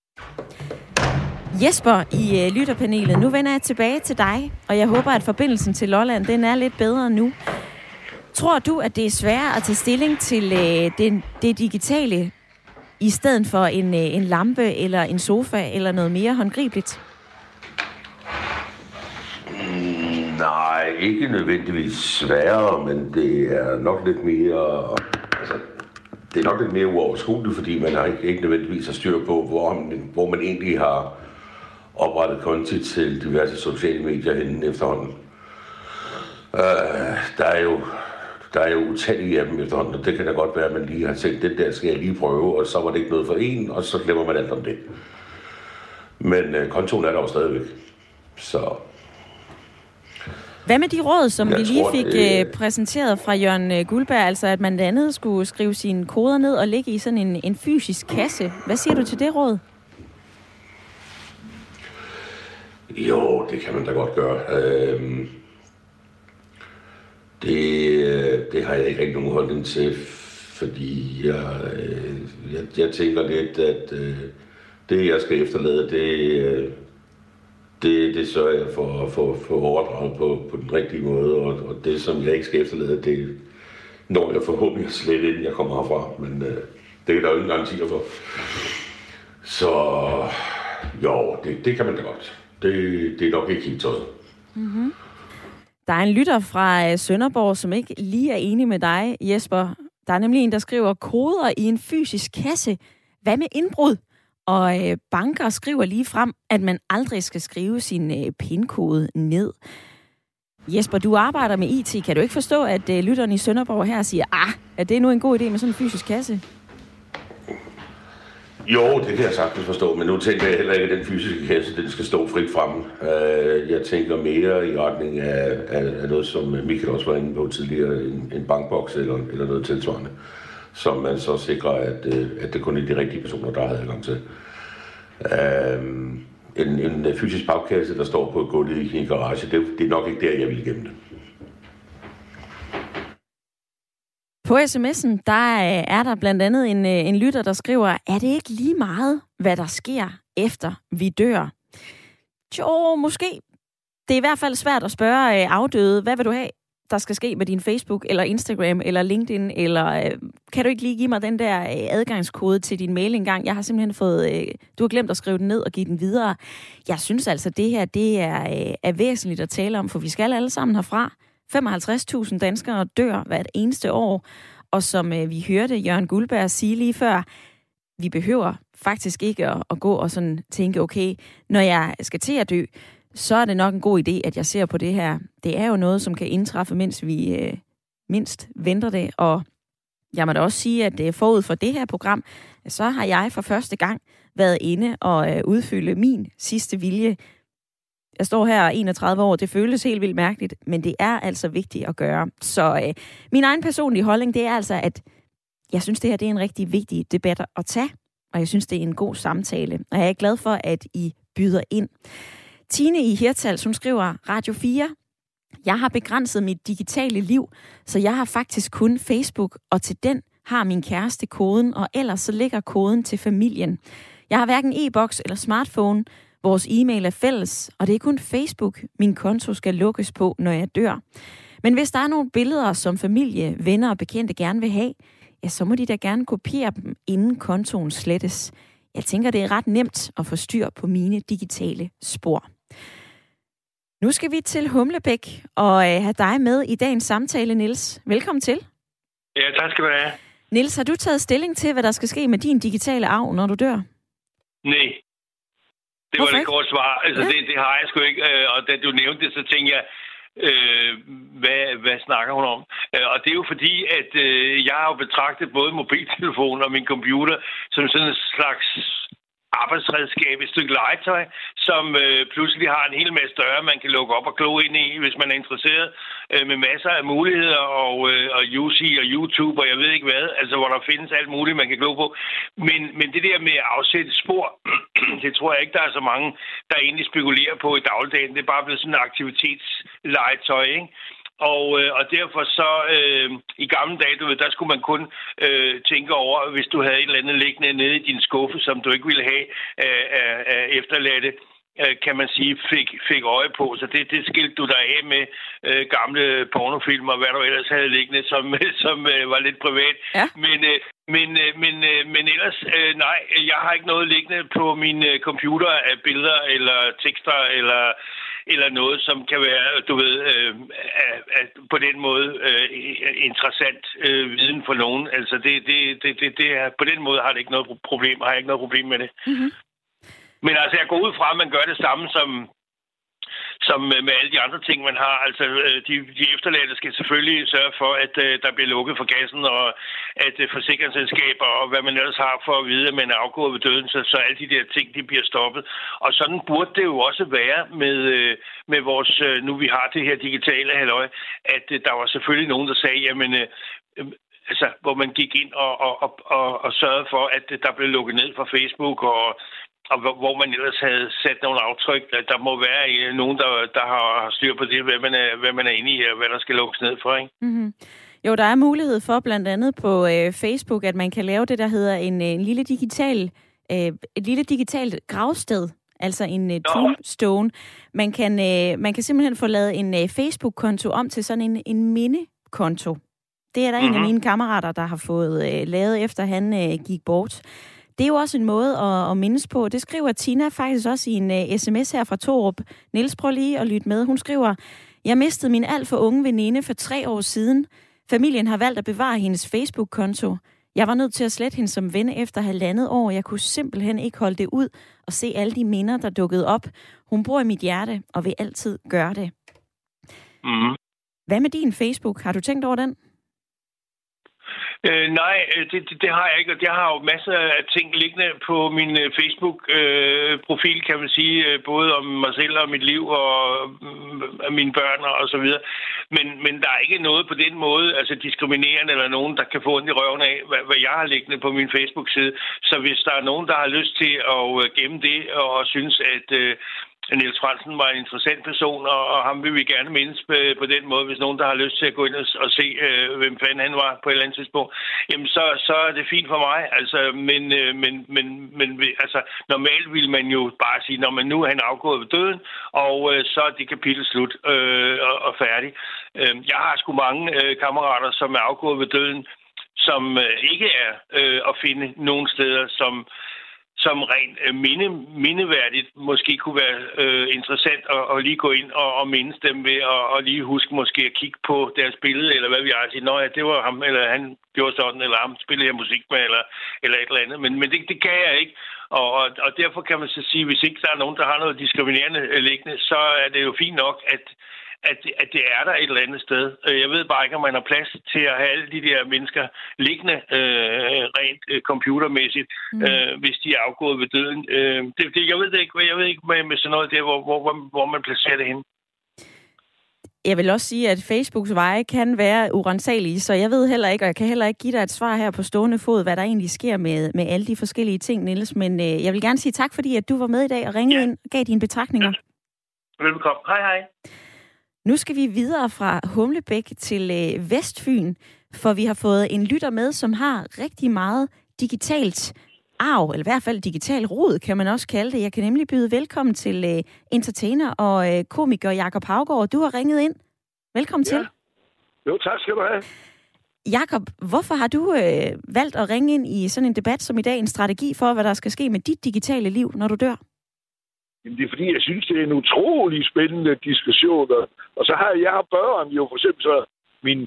Jesper i øh, lytterpanelet, nu vender jeg tilbage til dig, og jeg håber, at forbindelsen til Lolland, den er lidt bedre nu. Tror du, at det er sværere at tage stilling til øh, det, det digitale, i stedet for en, øh, en lampe eller en sofa eller noget mere håndgribeligt? Mm, nej, ikke nødvendigvis sværere, men det er nok lidt mere... Altså, det er nok lidt mere uoverskueligt, fordi man har ikke, ikke nødvendigvis har styr på, hvor, hvor man egentlig har oprettet konti til diverse sociale medier henne efterhånden. Uh, der er jo der er jo utallige af dem efterhånden, og det kan da godt være, at man lige har tænkt, den der skal jeg lige prøve, og så var det ikke noget for en, og så glemmer man alt om det. Men uh, kontoen er der jo stadigvæk. Så... Hvad med de råd, som jeg vi lige tror, fik det... præsenteret fra Jørgen Guldberg, altså at man blandt andet skulle skrive sine koder ned og ligge i sådan en, en fysisk kasse. Hvad siger du til det råd? Jo, det kan man da godt gøre. Øhm, det, det har jeg ikke rigtig nogen holdning til, fordi jeg, jeg, jeg tænker lidt, at det, jeg skal efterlade, det... Det, det sørger jeg for at få, få overdraget på, på den rigtige måde, og, og det, som jeg ikke skal efterlade, det når jeg forhåbentlig slet inden jeg kommer herfra, men øh, det er der jo ingen garantier for. Så jo, det, det kan man da godt. Det, det er nok ikke helt tosset. Mm-hmm. Der er en lytter fra Sønderborg, som ikke lige er enig med dig, Jesper. Der er nemlig en, der skriver koder i en fysisk kasse. Hvad med indbrud? Og øh, banker skriver lige frem, at man aldrig skal skrive sin øh, pin-kode ned. Jesper, du arbejder med I T. Kan du ikke forstå, at øh, lytteren i Sønderborg her siger, ah, er det nu en god idé med sådan en fysisk kasse? Jo, det kan jeg sagtens forstå, men nu tænker jeg heller ikke, at den fysiske kasse, den skal stå frit fremme. Uh, jeg tænker mere i retning af, af, af noget, som Michael også var inde på tidligere, en, en bankboks eller, eller noget tilsvarende. som man så sikrer, at, at det kun er de rigtige personer, der har adgang til. Um, en, en fysisk papkasse, der står på gulvet i en garage, det, det er nok ikke der, jeg vil gemme det. På sms'en, der er der blandt andet en, en lytter, der skriver, er det ikke lige meget, hvad der sker efter vi dør? Jo, måske. Det er i hvert fald svært at spørge afdøde, hvad vil du have, der skal ske med din Facebook, eller Instagram, eller LinkedIn, eller kan du ikke lige give mig den der adgangskode til din mail engang? Jeg har simpelthen fået, du har glemt at skrive den ned og give den videre. Jeg synes altså, det her, det er, er væsentligt at tale om, for vi skal alle sammen herfra. femoghalvtreds tusind danskere dør hvert eneste år, og som øh, vi hørte Jørgen Guldberg sige lige før, vi behøver faktisk ikke at, at gå og sådan tænke, okay, når jeg skal til at dø, så er det nok en god idé, at jeg ser på det her. Det er jo noget, som kan indtræffe, mens vi øh, mindst venter det, og jeg må da også sige, at øh, forud for det her program, så har jeg for første gang været inde og øh, udfylde min sidste vilje. Jeg står her enogtredive år, det føles helt vildt mærkeligt, men det er altså vigtigt at gøre. Så øh, min egen personlige holdning, det er altså, at jeg synes, det her det er en rigtig vigtig debat at tage, og jeg synes, det er en god samtale. Og jeg er glad for, at I byder ind. Tine i Hirtals, hun skriver, Radio fire, jeg har begrænset mit digitale liv, så jeg har faktisk kun Facebook, og til den har min kæreste koden, og ellers så ligger koden til familien. Jeg har hverken e-boks eller smartphone. Vores e-mail er fælles, og det er kun Facebook, min konto skal lukkes på, når jeg dør. Men hvis der er nogle billeder, som familie, venner og bekendte gerne vil have, ja, så må de da gerne kopiere dem, inden kontoen slettes. Jeg tænker, det er ret nemt at få styr på mine digitale spor. Nu skal vi til Humlebæk og have dig med i dagens samtale, Niels. Velkommen til. Ja, tak skal du have. Niels, har du taget stilling til, hvad der skal ske med din digitale arv, når du dør? Nej. Det var det korte svar. Altså, ja. det, det har jeg sgu ikke. Og da du nævnte det, så tænkte jeg, øh, hvad, hvad snakker hun om? Og det er jo fordi, at øh, jeg har jo betragtet både mobiltelefonen og min computer som sådan en slags arbejdsredskab, et stykke legetøj, som øh, pludselig har en hel masse døre, man kan lukke op og glo ind i, hvis man er interesseret, øh, med masser af muligheder, og, øh, og U C og YouTube, og jeg ved ikke hvad, altså hvor der findes alt muligt, man kan glo på. Men, men det der med at afsætte spor, det tror jeg ikke, der er så mange, der egentlig spekulerer på i dagligdagen. Det er bare blevet sådan en aktivitetslegetøj, ikke? Og, øh, og derfor så, øh, i gamle dage, du ved, der skulle man kun øh, tænke over, hvis du havde et eller andet liggende nede i din skuffe, som du ikke ville have øh, af, af efterladte, øh, kan man sige, fik, fik øje på. Så det, det skilte du dig af med øh, gamle pornofilmer, hvad du ellers havde liggende, som, som øh, var lidt privat. Ja. Men, øh, men, øh, men, øh, men ellers, øh, nej, jeg har ikke noget liggende på min øh, computer af billeder eller tekster eller... eller noget, som kan være, du ved, øh, er, er på den måde øh, interessant øh, viden for nogen. Altså, det, det, det, det, det er, på den måde har det ikke noget problem, har jeg ikke noget problem med det. Mm-hmm. Men altså, jeg går ud fra, at man gør det samme som, som med alle de andre ting, man har. Altså, de, de efterladte skal selvfølgelig sørge for, at uh, der bliver lukket for gassen, og at uh, forsikringsselskaber og hvad man ellers har for at vide, at man er afgået ved døden, så, så alle de der ting, de bliver stoppet. Og sådan burde det jo også være med, uh, med vores, uh, nu vi har det her digitale halløj, at uh, der var selvfølgelig nogen, der sagde, jamen, uh, altså, hvor man gik ind og, og, og, og, og sørgede for, at uh, der blev lukket ned fra Facebook, og og hvor man ellers havde sat nogle aftryk. Der må være nogen, der, der har styr på det, hvad man er, hvad man er inde i, og hvad der skal lukkes ned for, ikke? Mm-hmm. Jo, der er mulighed for blandt andet på øh, Facebook, at man kan lave det, der hedder en, en lille digital, øh, et lille digitalt gravsted, altså en øh, tombstone. Man kan, øh, man kan simpelthen få lavet en øh, Facebook-konto om til sådan en, en mindekonto. Det er der mm-hmm. en af mine kammerater, der har fået øh, lavet, efter han øh, gik bort. Det er jo også en måde at, at mindes på. Det skriver Tina faktisk også i en uh, sms her fra Torup. Niels, prøv lige at lytte med. Hun skriver, jeg mistede min alt for unge veninde for tre år siden. Familien har valgt at bevare hendes Facebook-konto. Jeg var nødt til at slette hende som ven efter halvandet år. Jeg kunne simpelthen ikke holde det ud og se alle de minder, der dukkede op. Hun bor i mit hjerte og vil altid gøre det. Mm. Hvad med din Facebook? Har du tænkt over den? Øh, nej, det, det, det har jeg ikke, og jeg har jo masser af ting liggende på min Facebook-profil, øh, kan man sige, både om mig selv og mit liv og øh, mine børn og så videre. men, men der er ikke noget på den måde, altså diskriminerende eller nogen, der kan få ondt i røven af, hvad, hvad jeg har liggende på min Facebook-side. Så hvis der er nogen, der har lyst til at gemme det og synes, at øh, Niels Fransen var en interessant person, og, og ham vil vi gerne mindes på, på den måde, hvis nogen, der har lyst til at gå ind og, og se, øh, hvem fanden han var på et eller andet tidspunkt, jamen så, så er det fint for mig. Altså, men, øh, men, men, men altså, normalt vil man jo bare sige, når man nu er han afgået ved døden, og øh, så er det kapitel slut øh, og, og færdig. Øh, jeg har sgu mange øh, kammerater, som er afgået ved døden, som øh, ikke er øh, at finde nogen steder, som som rent øh, minde, mindeværdigt måske kunne være øh, interessant at, at lige gå ind og, og mindes dem ved at og lige huske måske at kigge på deres billede, eller hvad vi har at sige, nå ja, det var ham, eller han gjorde sådan, eller ham spillede jeg musik med, eller, eller et eller andet. Men, men det, det kan jeg ikke, og, og, og derfor kan man så sige, hvis ikke der er nogen, der har noget diskriminerende liggende, så er det jo fint nok, at At, at det er der et eller andet sted. Jeg ved bare ikke, om man har plads til at have alle de der mennesker liggende øh, rent øh, computermæssigt, mm. øh, hvis de er afgået ved døden. Øh, det, det, jeg ved det ikke, jeg ved ikke med, med sådan noget der, hvor, hvor, hvor man placerer det hen. Jeg vil også sige, at Facebooks veje kan være urensagelige, så jeg ved heller ikke, og jeg kan heller ikke give dig et svar her på stående fod, hvad der egentlig sker med, med alle de forskellige ting, Niels. Men øh, jeg vil gerne sige tak, fordi at du var med i dag og ringede ja. ind og gav dine betragtninger. Ja. Velbekomme. Hej, hej. Nu skal vi videre fra Humlebæk til øh, Vestfyn, for vi har fået en lytter med, som har rigtig meget digitalt arv, eller i hvert fald digital rod, kan man også kalde det. Jeg kan nemlig byde velkommen til øh, entertainer og øh, komiker Jakob Haugaard. Du har ringet ind. Velkommen ja. til. Jo, tak skal du have. Jakob, hvorfor har du øh, valgt at ringe ind i sådan en debat som i dag, en strategi for, hvad der skal ske med dit digitale liv, når du dør? Jamen, det er fordi, jeg synes, det er en utrolig spændende diskussion. Og så har jeg har børn jo, for eksempel så min...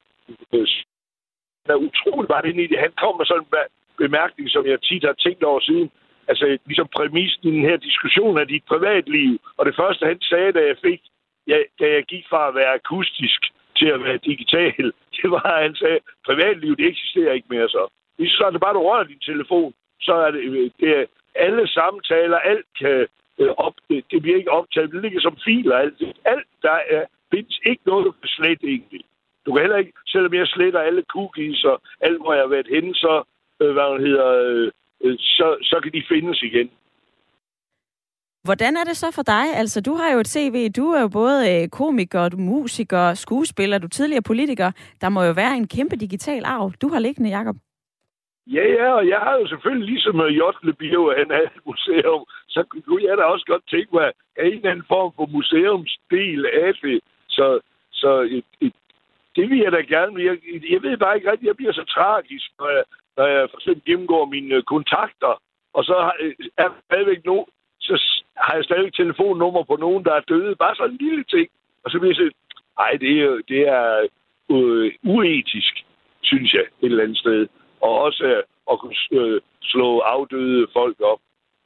Der er utrolig meget inde i det. Han kom med sådan en bemærkning, som jeg tit har tænkt over siden. Altså, ligesom præmissen i den her diskussion af dit privatliv. Og det første, han sagde, da jeg fik, ja, da jeg gik fra at være akustisk til at være digital, det var, at han sagde, privatliv, det eksisterer ikke mere så. Hvis så er det bare, du rører din telefon, så er det, det er alle samtaler, alt kan... Op, det bliver ikke optaget, det ligger som filer. Alt, alt der er, findes ikke noget, du kan slette egentlig. Du kan heller ikke, selvom jeg sletter alle cookies og alt, hvor jeg har været henne, så, øh, hvad det hedder, øh, så, så kan de findes igen. Hvordan er det så for dig? Altså, du har jo et C V, du er jo både komiker, du er musiker, skuespiller, du er tidligere politiker. Der må jo være en kæmpe digital arv, du har liggende, Jakob. Ja, ja, og jeg har jo selvfølgelig ligesom Jotle Bio, han havde et museum, så kunne jeg da også godt tænke mig, at en eller anden form for museumsdel af det. Så, så et, et, det vil jeg da gerne. Jeg, jeg ved bare ikke rigtigt, jeg bliver så tragisk, når jeg, når jeg for eksempel gennemgår mine kontakter, og så er der stadigvæk nogen, så har jeg stadigvæk telefonnummer på nogen, der er døde. Bare sådan en lille ting. Og så bliver jeg sige, nej, det er, det er øh, uetisk, synes jeg, et eller andet sted. Og også øh, at kunne øh, slå afdøde folk op.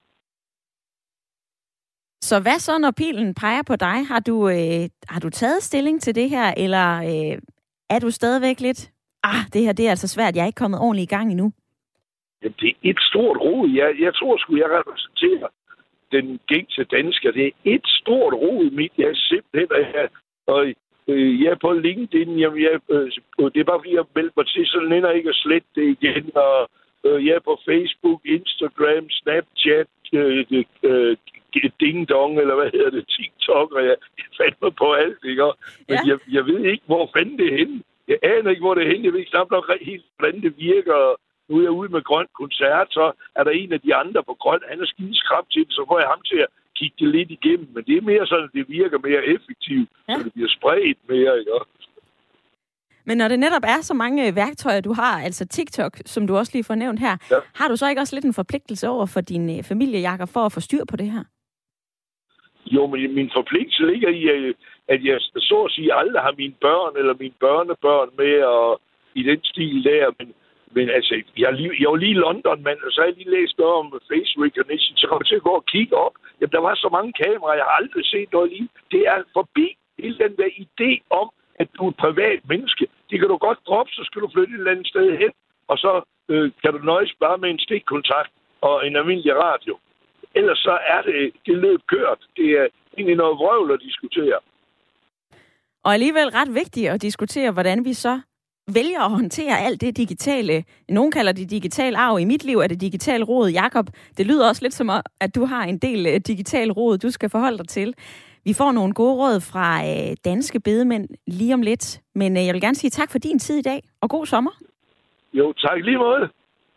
Så hvad så, når pilen peger på dig? Har du, øh, har du taget stilling til det her, eller øh, er du stadigvæk lidt, ah, det her det er altså svært, jeg er ikke kommet ordentligt i gang endnu? Jamen, det er et stort rod. Jeg, jeg tror sgu, jeg repræsenterer den gængse dansker. Det er et stort rod mit. Jeg er simpelthen, jeg, og øh, jeg er på LinkedIn. Jamen, jeg, øh, det er bare fordi, jeg melder mig til, så lænder ikke at slette det igen. Og øh, jeg er på Facebook, Instagram, Snapchat, øh, øh, Ding Dong, eller hvad hedder det, TikTok, og jeg, jeg fandt mig på alt, ikke? Men ja. jeg, jeg ved ikke, hvor fanden det er henne. Jeg aner ikke, hvor det er henne. Jeg ved ikke knap nok helt, hvordan det virker. Nu er jeg ude med Grøn Koncert, så er der en af de andre på Grøn, han er skideskram til det, så får jeg ham til at kigge det lidt igennem. Men det er mere sådan, at det virker mere effektivt, ja. Så det bliver spredt mere, ikke? Men når det netop er så mange værktøjer, du har, altså TikTok, som du også lige får nævnt her, ja. Har du så ikke også lidt en forpligtelse over for din familie, Jakob, for at få styr på det her? Jo, men min forpligtelse ligger i, at jeg så at sige aldrig har mine børn eller mine børnebørn med, og i den stil der, men Men altså, jeg, lige, jeg var lige i London, mand, og så har jeg lige læst noget om face recognition, så kom jeg til at gå og kigge op. Jamen, der var så mange kameraer, jeg har aldrig set noget lige. Det er forbi hele den der idé om, at du er et privat menneske. Det kan du godt droppe, så skal du flytte et eller andet sted hen, og så øh, kan du nøjes bare med en stikkontakt og en almindelig radio. Ellers så er det, det løb kørt. Det er egentlig noget vrøvl at diskutere. Og alligevel ret vigtigt at diskutere, hvordan vi så vælger at håndtere alt det digitale. Nogen kalder det digital arv. I mit liv er det digital rod. Jakob, det lyder også lidt som, at du har en del digital rod, du skal forholde dig til. Vi får nogle gode råd fra danske bedemænd lige om lidt. Men jeg vil gerne sige tak for din tid i dag, og god sommer. Jo, tak lige måde.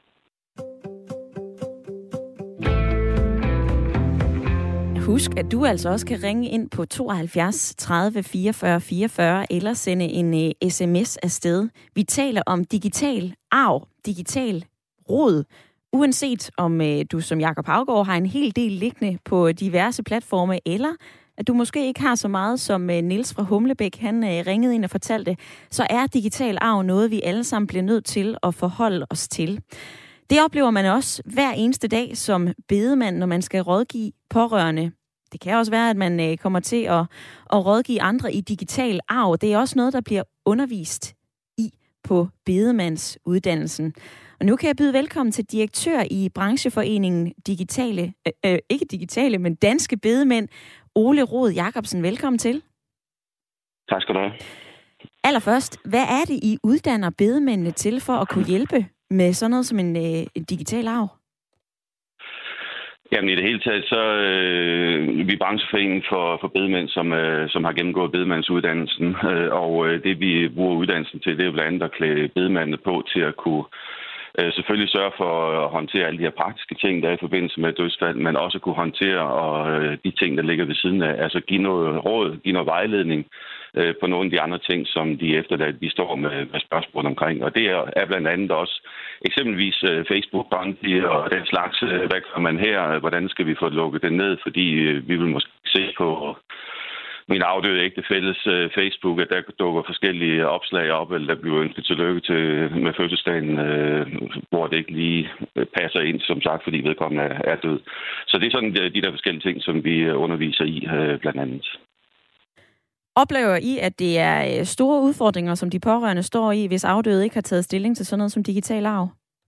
Husk, at du altså også kan ringe ind på tooghalvfjerds tredive fireogfyrre fireogfyrre eller sende en uh, sms afsted. Vi taler om digital arv, digital rod. Uanset om uh, du som Jakob Haugaard har en hel del liggende på diverse platforme, eller at du måske ikke har så meget som uh, Niels fra Humlebæk, han uh, ringede ind og fortalte, så er digital arv noget, vi alle sammen bliver nødt til at forholde os til. Det oplever man også hver eneste dag som bedemand, når man skal rådgive pårørende. Det kan også være, at man kommer til at, at rådgive andre i digital arv. Det er også noget, der bliver undervist i på bedemandsuddannelsen. Og nu kan jeg byde velkommen til direktør i brancheforeningen Digitale, øh, ikke digitale, men danske bedemænd, Ole Rod Jacobsen. Velkommen til. Tak skal du have. Allerførst, hvad er det, I uddanner bedemændene til for at kunne hjælpe med sådan noget som en, øh, en digital arv? Jamen i det hele taget, så øh, vi er brancheforeningen for, for bedemænd, som, øh, som har gennemgået bedemandsuddannelsen. Øh, og øh, det vi bruger uddannelsen til, det er blandt andet at klæde bedemændene på til at kunne øh, selvfølgelig sørge for at håndtere alle de her praktiske ting, der er i forbindelse med dødsfald, men også kunne håndtere og, øh, de ting, der ligger ved siden af. Altså give noget råd, give noget vejledning øh, på nogle af de andre ting, som de efterladt, vi står med, med spørgsmål omkring. Og det er, er blandt andet også eksempelvis øh, Facebook-bounty og den slags. Øh, hvad gør man her? Hvordan skal vi få lukket det ned? Fordi øh, vi vil måske se på min afdøde ægtefælles øh, Facebook, at der dukker forskellige opslag op, eller der bliver ønsket tillykke til, med fødselsdagen, øh, hvor det ikke lige passer ind, som sagt, fordi vedkommende er, er død. Så det er sådan de, de der forskellige ting, som vi underviser i, øh, blandt andet. Oplever I, at det er store udfordringer, som de pårørende står i, hvis afdøde ikke har taget stilling til sådan noget som digital arv?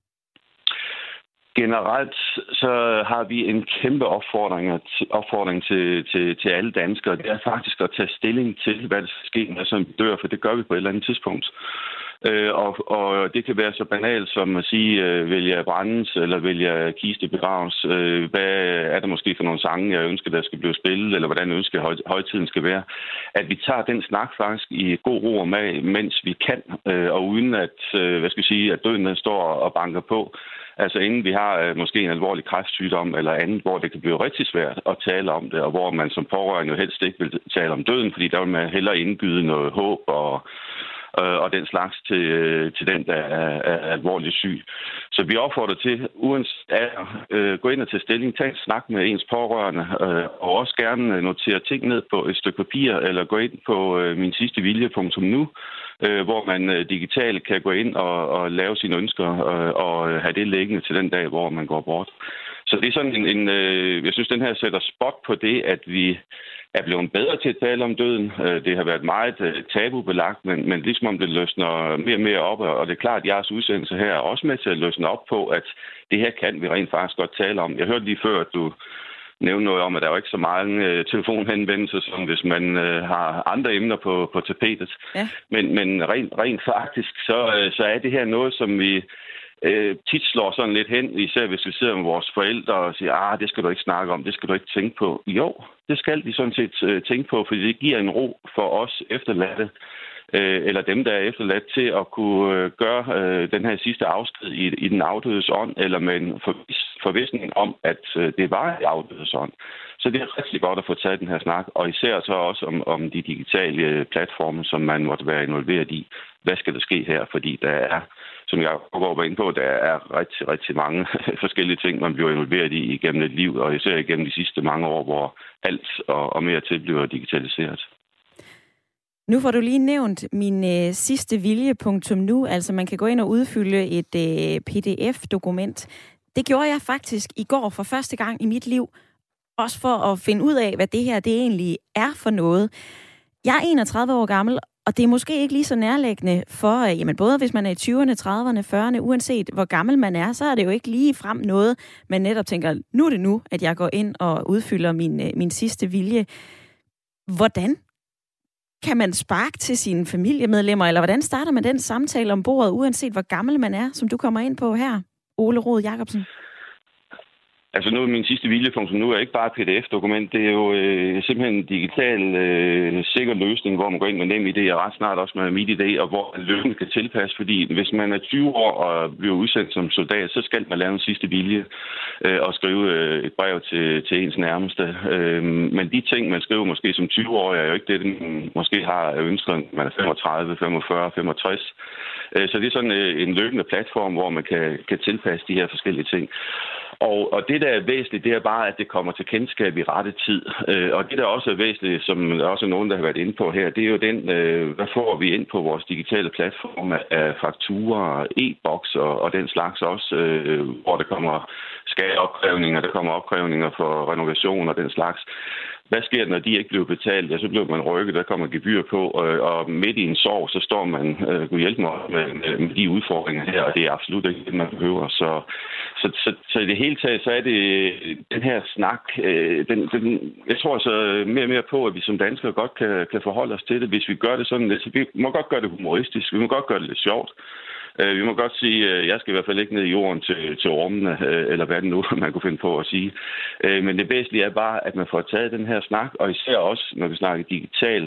Generelt så har vi en kæmpe opfordring, opfordring til, til, til alle danskere. Det er faktisk at tage stilling til, hvad der skal ske, når vi dør, for det gør vi på et eller andet tidspunkt. Øh, og, og det kan være så banalt som at sige, øh, vil jeg brændes, eller vil jeg kiste begraves? Øh, hvad er der måske for nogle sange, jeg ønsker, der skal blive spillet, eller hvordan jeg ønsker, høj, højtiden skal være? At vi tager den snak faktisk i god ro og mag, mens vi kan, øh, og uden at, øh, hvad skal jeg sige, at døden står og banker på. Altså inden vi har øh, måske en alvorlig kræftsygdom eller andet, hvor det kan blive rigtig svært at tale om det, og hvor man som pårørende jo helst ikke vil tale om døden, fordi der vil man hellere indgyde noget håb og, øh, og den slags til, øh, til den, der er, er alvorligt syg. Så vi opfordrer til, uanset at øh, gå ind og tage stilling, tage en snak med ens pårørende, øh, og også gerne notere ting ned på et stykke papir, eller gå ind på øh, min sidste vilje punktum nu, Øh, hvor man øh, digitalt kan gå ind og, og lave sine ønsker øh, og have det liggende til den dag, hvor man går bort. Så det er sådan en, en øh, jeg synes, den her sætter spot på det, at vi er blevet bedre til at tale om døden. Øh, det har været meget øh, tabubelagt, men, men ligesom om det løsner mere og mere op, og det er klart, at jeres udsendelse her er også med til at løsne op på, at det her kan vi rent faktisk godt tale om. Jeg hørte lige før, at du nævne noget om, at der er jo ikke så mange øh, telefonhenvendelser, som hvis man øh, har andre emner på, på tapetet. Ja. Men, men rent, rent faktisk, så, øh, så er det her noget, som vi øh, tit slår sådan lidt hen, især hvis vi sidder med vores forældre og siger, ah, det skal du ikke snakke om, det skal du ikke tænke på. Jo, det skal de sådan set øh, tænke på, fordi det giver en ro for os efterladte, øh, eller dem, der er efterladt til at kunne øh, gøre øh, den her sidste afsked i, i den afdødes ånd, eller med en forvisning om, at øh, det var i afdødes ånd. Så det er rigtig godt at få taget den her snak, og især så også om, om de digitale platforme, som man måtte være involveret i. Hvad skal der ske her? Fordi der er, som jeg går ind på, der er rigtig, rigtig mange forskellige ting, man bliver involveret i igennem et liv, og især igennem de sidste mange år, hvor alt og, og mere til bliver digitaliseret. Nu får du lige nævnt min øh, sidste vilje punktum nu, altså man kan gå ind og udfylde et øh, P D F-dokument. Det gjorde jeg faktisk i går for første gang i mit liv, også for at finde ud af, hvad det her det egentlig er for noget. Jeg er enogtredive år gammel, og det er måske ikke lige så nærliggende for, øh, jamen både hvis man er i tyverne, trediverne, fyrrerne, uanset hvor gammel man er, så er det jo ikke lige frem noget, man netop tænker, nu er det nu, at jeg går ind og udfylder min, øh, min sidste vilje. Hvordan kan man sparke til sine familiemedlemmer, eller hvordan starter man den samtale om bordet, uanset hvor gammel man er, som du kommer ind på her, Ole Rod Jacobsen? Altså nu er min sidste viljefunktion, nu er ikke bare et P D F-dokument, det er jo øh, simpelthen en digital øh, sikker løsning, hvor man går ind med nem idé, og ret snart også med mit idé, og hvor løsningen kan tilpasse, fordi hvis man er tyve år og bliver udsendt som soldat, så skal man lave en sidste vilje øh, og skrive øh, et brev til, til ens nærmeste. Øh, men de ting, man skriver måske som tyve-årig, er jo ikke det, man måske har ønsket, når man er femogtredive, femogfyrre, femogtres. Øh, så det er sådan øh, en løbende platform, hvor man kan, kan tilpasse de her forskellige ting. Og, og det, der er væsentligt, det er bare, at det kommer til kendskab i rette tid. Øh, og det, der også er væsentligt, som også er nogen, der har været inde på her, det er jo den, øh, hvad får vi ind på vores digitale platform af fakturer, e-boks og, og den slags også, øh, hvor der kommer skatteopkrævninger, der kommer opkrævninger for renovation og den slags. Hvad sker der, når de ikke bliver betalt? Ja, så bliver man rykket, der kommer gebyr på, og, og midt i en sorg, så står man, øh, kunne hjælpe mig med, med de udfordringer her, og det er absolut ikke det, man behøver. Så, så, så, så i det hele taget, så er det den her snak, øh, den, den, jeg tror så mere og mere på, at vi som danskere godt kan, kan forholde os til det, hvis vi gør det sådan, så vi må godt gøre det humoristisk, vi må godt gøre det lidt sjovt. Vi må godt sige, at jeg skal i hvert fald ikke ned i jorden til, til ormene, eller hvad det nu man kunne finde på at sige. Men det væsentlige er bare, at man får taget den her snak, og især også, når vi snakker digitalt,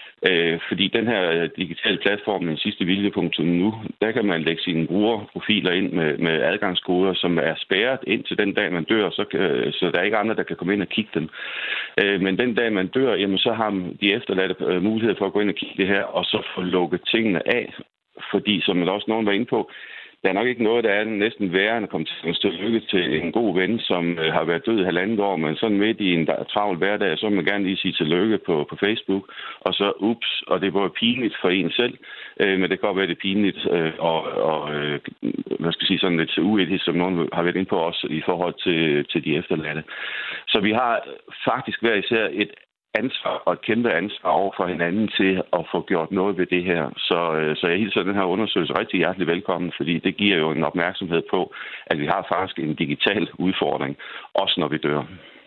fordi den her digitale platform, den sidste viljepunkt nu, der kan man lægge sine brugerprofiler ind med, med adgangskoder, som er spærret ind til den dag, man dør, så, så der er ikke andre, der kan komme ind og kigge dem. Men den dag, man dør, jamen, så har de efterladte mulighed for at gå ind og kigge det her, og så få lukket tingene af. Fordi, som også nogen var inde på, der er nok ikke noget, der er næsten værre end at komme til en stykke til en god ven, som øh, har været død i halvandet år, men sådan midt i en travl hverdag, så vil man gerne lige sige tillykke på, på Facebook, og så ups, og det er både pinligt for en selv, øh, men det kan godt være, det er pinligt, øh, og, og øh, hvad skal jeg sige, sådan lidt uetisk, som nogen har været inde på også i forhold til, til de efterladte. Så vi har faktisk hver især et ansvar og et kæmpe ansvar over for hinanden til at få gjort noget ved det her. Så, så jeg hilser den her undersøgelse rigtig hjertelig velkommen, fordi det giver jo en opmærksomhed på, at vi har faktisk en digital udfordring, også når vi dør.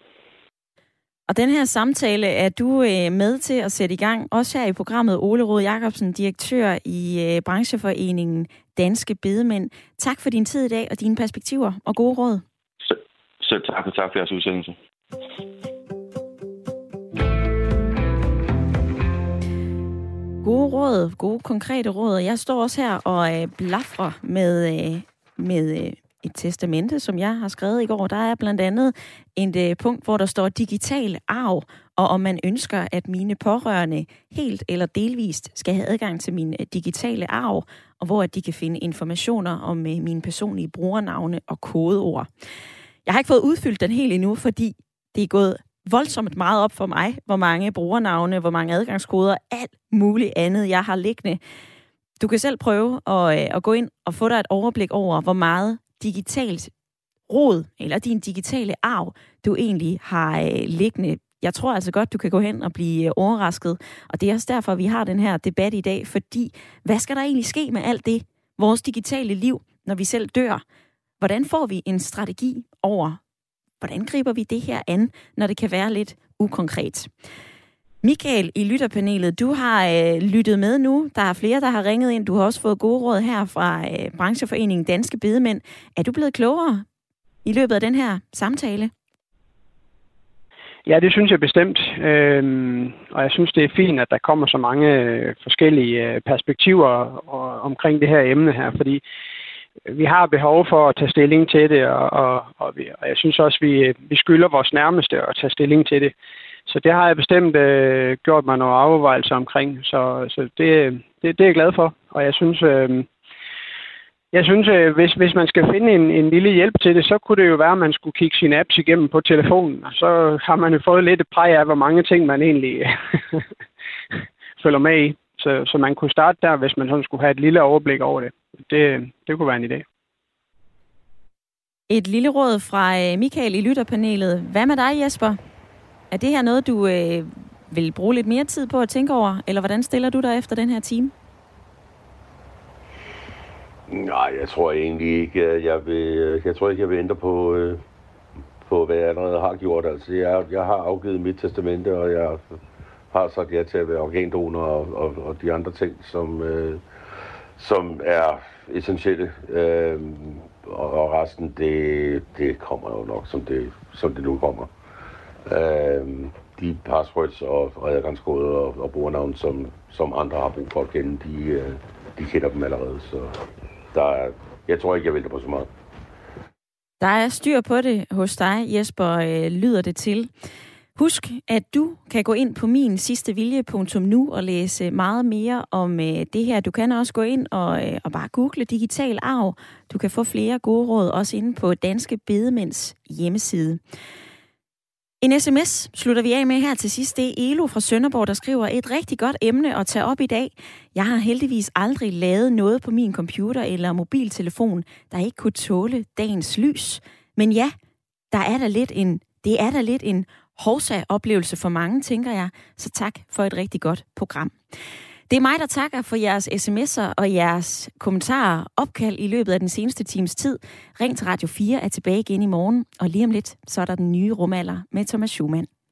Og den her samtale er du med til at sætte i gang, også her i programmet. Ole Rod Jacobsen, direktør i brancheforeningen Danske Bedemænd. Tak for din tid i dag og dine perspektiver og gode råd. Selv, selv tak, og tak for jeres udsendelse. Gode råd, gode konkrete råd. Jeg står også her og øh, blafrer med, øh, med øh, et testamente, som jeg har skrevet i går. Der er blandt andet et øh, punkt, hvor der står digital arv, og om man ønsker, at mine pårørende helt eller delvist skal have adgang til min øh, digitale arv, og hvor at de kan finde informationer om øh, mine personlige brugernavne og kodeord. Jeg har ikke fået udfyldt den helt endnu, fordi det er gået voldsomt meget op for mig, hvor mange brugernavne, hvor mange adgangskoder, alt muligt andet, jeg har liggende. Du kan selv prøve at, at gå ind og få dig et overblik over, hvor meget digitalt rod, eller din digitale arv, du egentlig har liggende. Jeg tror altså godt, du kan gå hen og blive overrasket, og det er også derfor, vi har den her debat i dag, fordi hvad skal der egentlig ske med alt det, vores digitale liv, når vi selv dør? Hvordan får vi en strategi over, hvordan griber vi det her an, når det kan være lidt ukonkret? Michael i lytterpanelet, du har øh, lyttet med nu. Der er flere, der har ringet ind. Du har også fået gode råd her fra øh, brancheforeningen Danske Bedemænd. Er du blevet klogere i løbet af den her samtale? Ja, det synes jeg bestemt. Øhm, og jeg synes, det er fint, at der kommer så mange øh, forskellige øh, perspektiver og, omkring det her emne her, fordi vi har behov for at tage stilling til det, og, og, og, vi, og jeg synes også, at vi, vi skylder vores nærmeste at tage stilling til det. Så det har jeg bestemt øh, gjort mig nogle overvejelser omkring, så, så det, det, det er jeg glad for. Og jeg synes, øh, jeg synes øh, hvis, hvis man skal finde en, en lille hjælp til det, så kunne det jo være, at man skulle kigge sine apps igennem på telefonen, og så har man jo fået lidt et præg af, hvor mange ting man egentlig følger med i. Så, så man kunne starte der, hvis man sådan skulle have et lille overblik over det. Det, det kunne være en idé. Et lille råd fra Michael i lytterpanelet. Hvad med dig, Jesper? Er det her noget, du øh, vil bruge lidt mere tid på at tænke over? Eller hvordan stiller du dig efter den her time? Nej, jeg tror egentlig ikke, jeg vil, jeg tror ikke, jeg vil ændre på, øh, på hvad jeg allerede har gjort. Altså, jeg, jeg har afgivet mit testamente, og jeg har sagt ja til at være organdonor og, og, og de andre ting, som, øh, som er essentielle. Øh, og, og resten, det, det kommer jo nok, som det, som det nu kommer. Øh, de passwords og, og adgangskoder og, og brugernavn, som, som andre har brug for at kende, de, øh, de kender dem allerede. Så der er, jeg tror ikke, jeg venter på så meget. Der er styr på det hos dig, Jesper, øh, lyder det til. Husk, at du kan gå ind på min sidste vilje punktum nu og læse meget mere om øh, det her. Du kan også gå ind og, øh, og bare google digital arv. Du kan få flere gode råd også inde på Danske Bedemænds hjemmeside. En sms slutter vi af med her til sidst. Det er Elo fra Sønderborg, der skriver et rigtig godt emne at tage op i dag. Jeg har heldigvis aldrig lavet noget på min computer eller mobiltelefon, der ikke kunne tåle dagens lys. Men ja, der er der lidt en, det er der lidt en hovsa-oplevelse for mange, tænker jeg. Så tak for et rigtig godt program. Det er mig, der takker for jeres sms'er og jeres kommentarer, opkald i løbet af den seneste times tid. Ring til Radio fire er tilbage igen i morgen, og lige om lidt, så er der den nye rumalder med Thomas Schumann.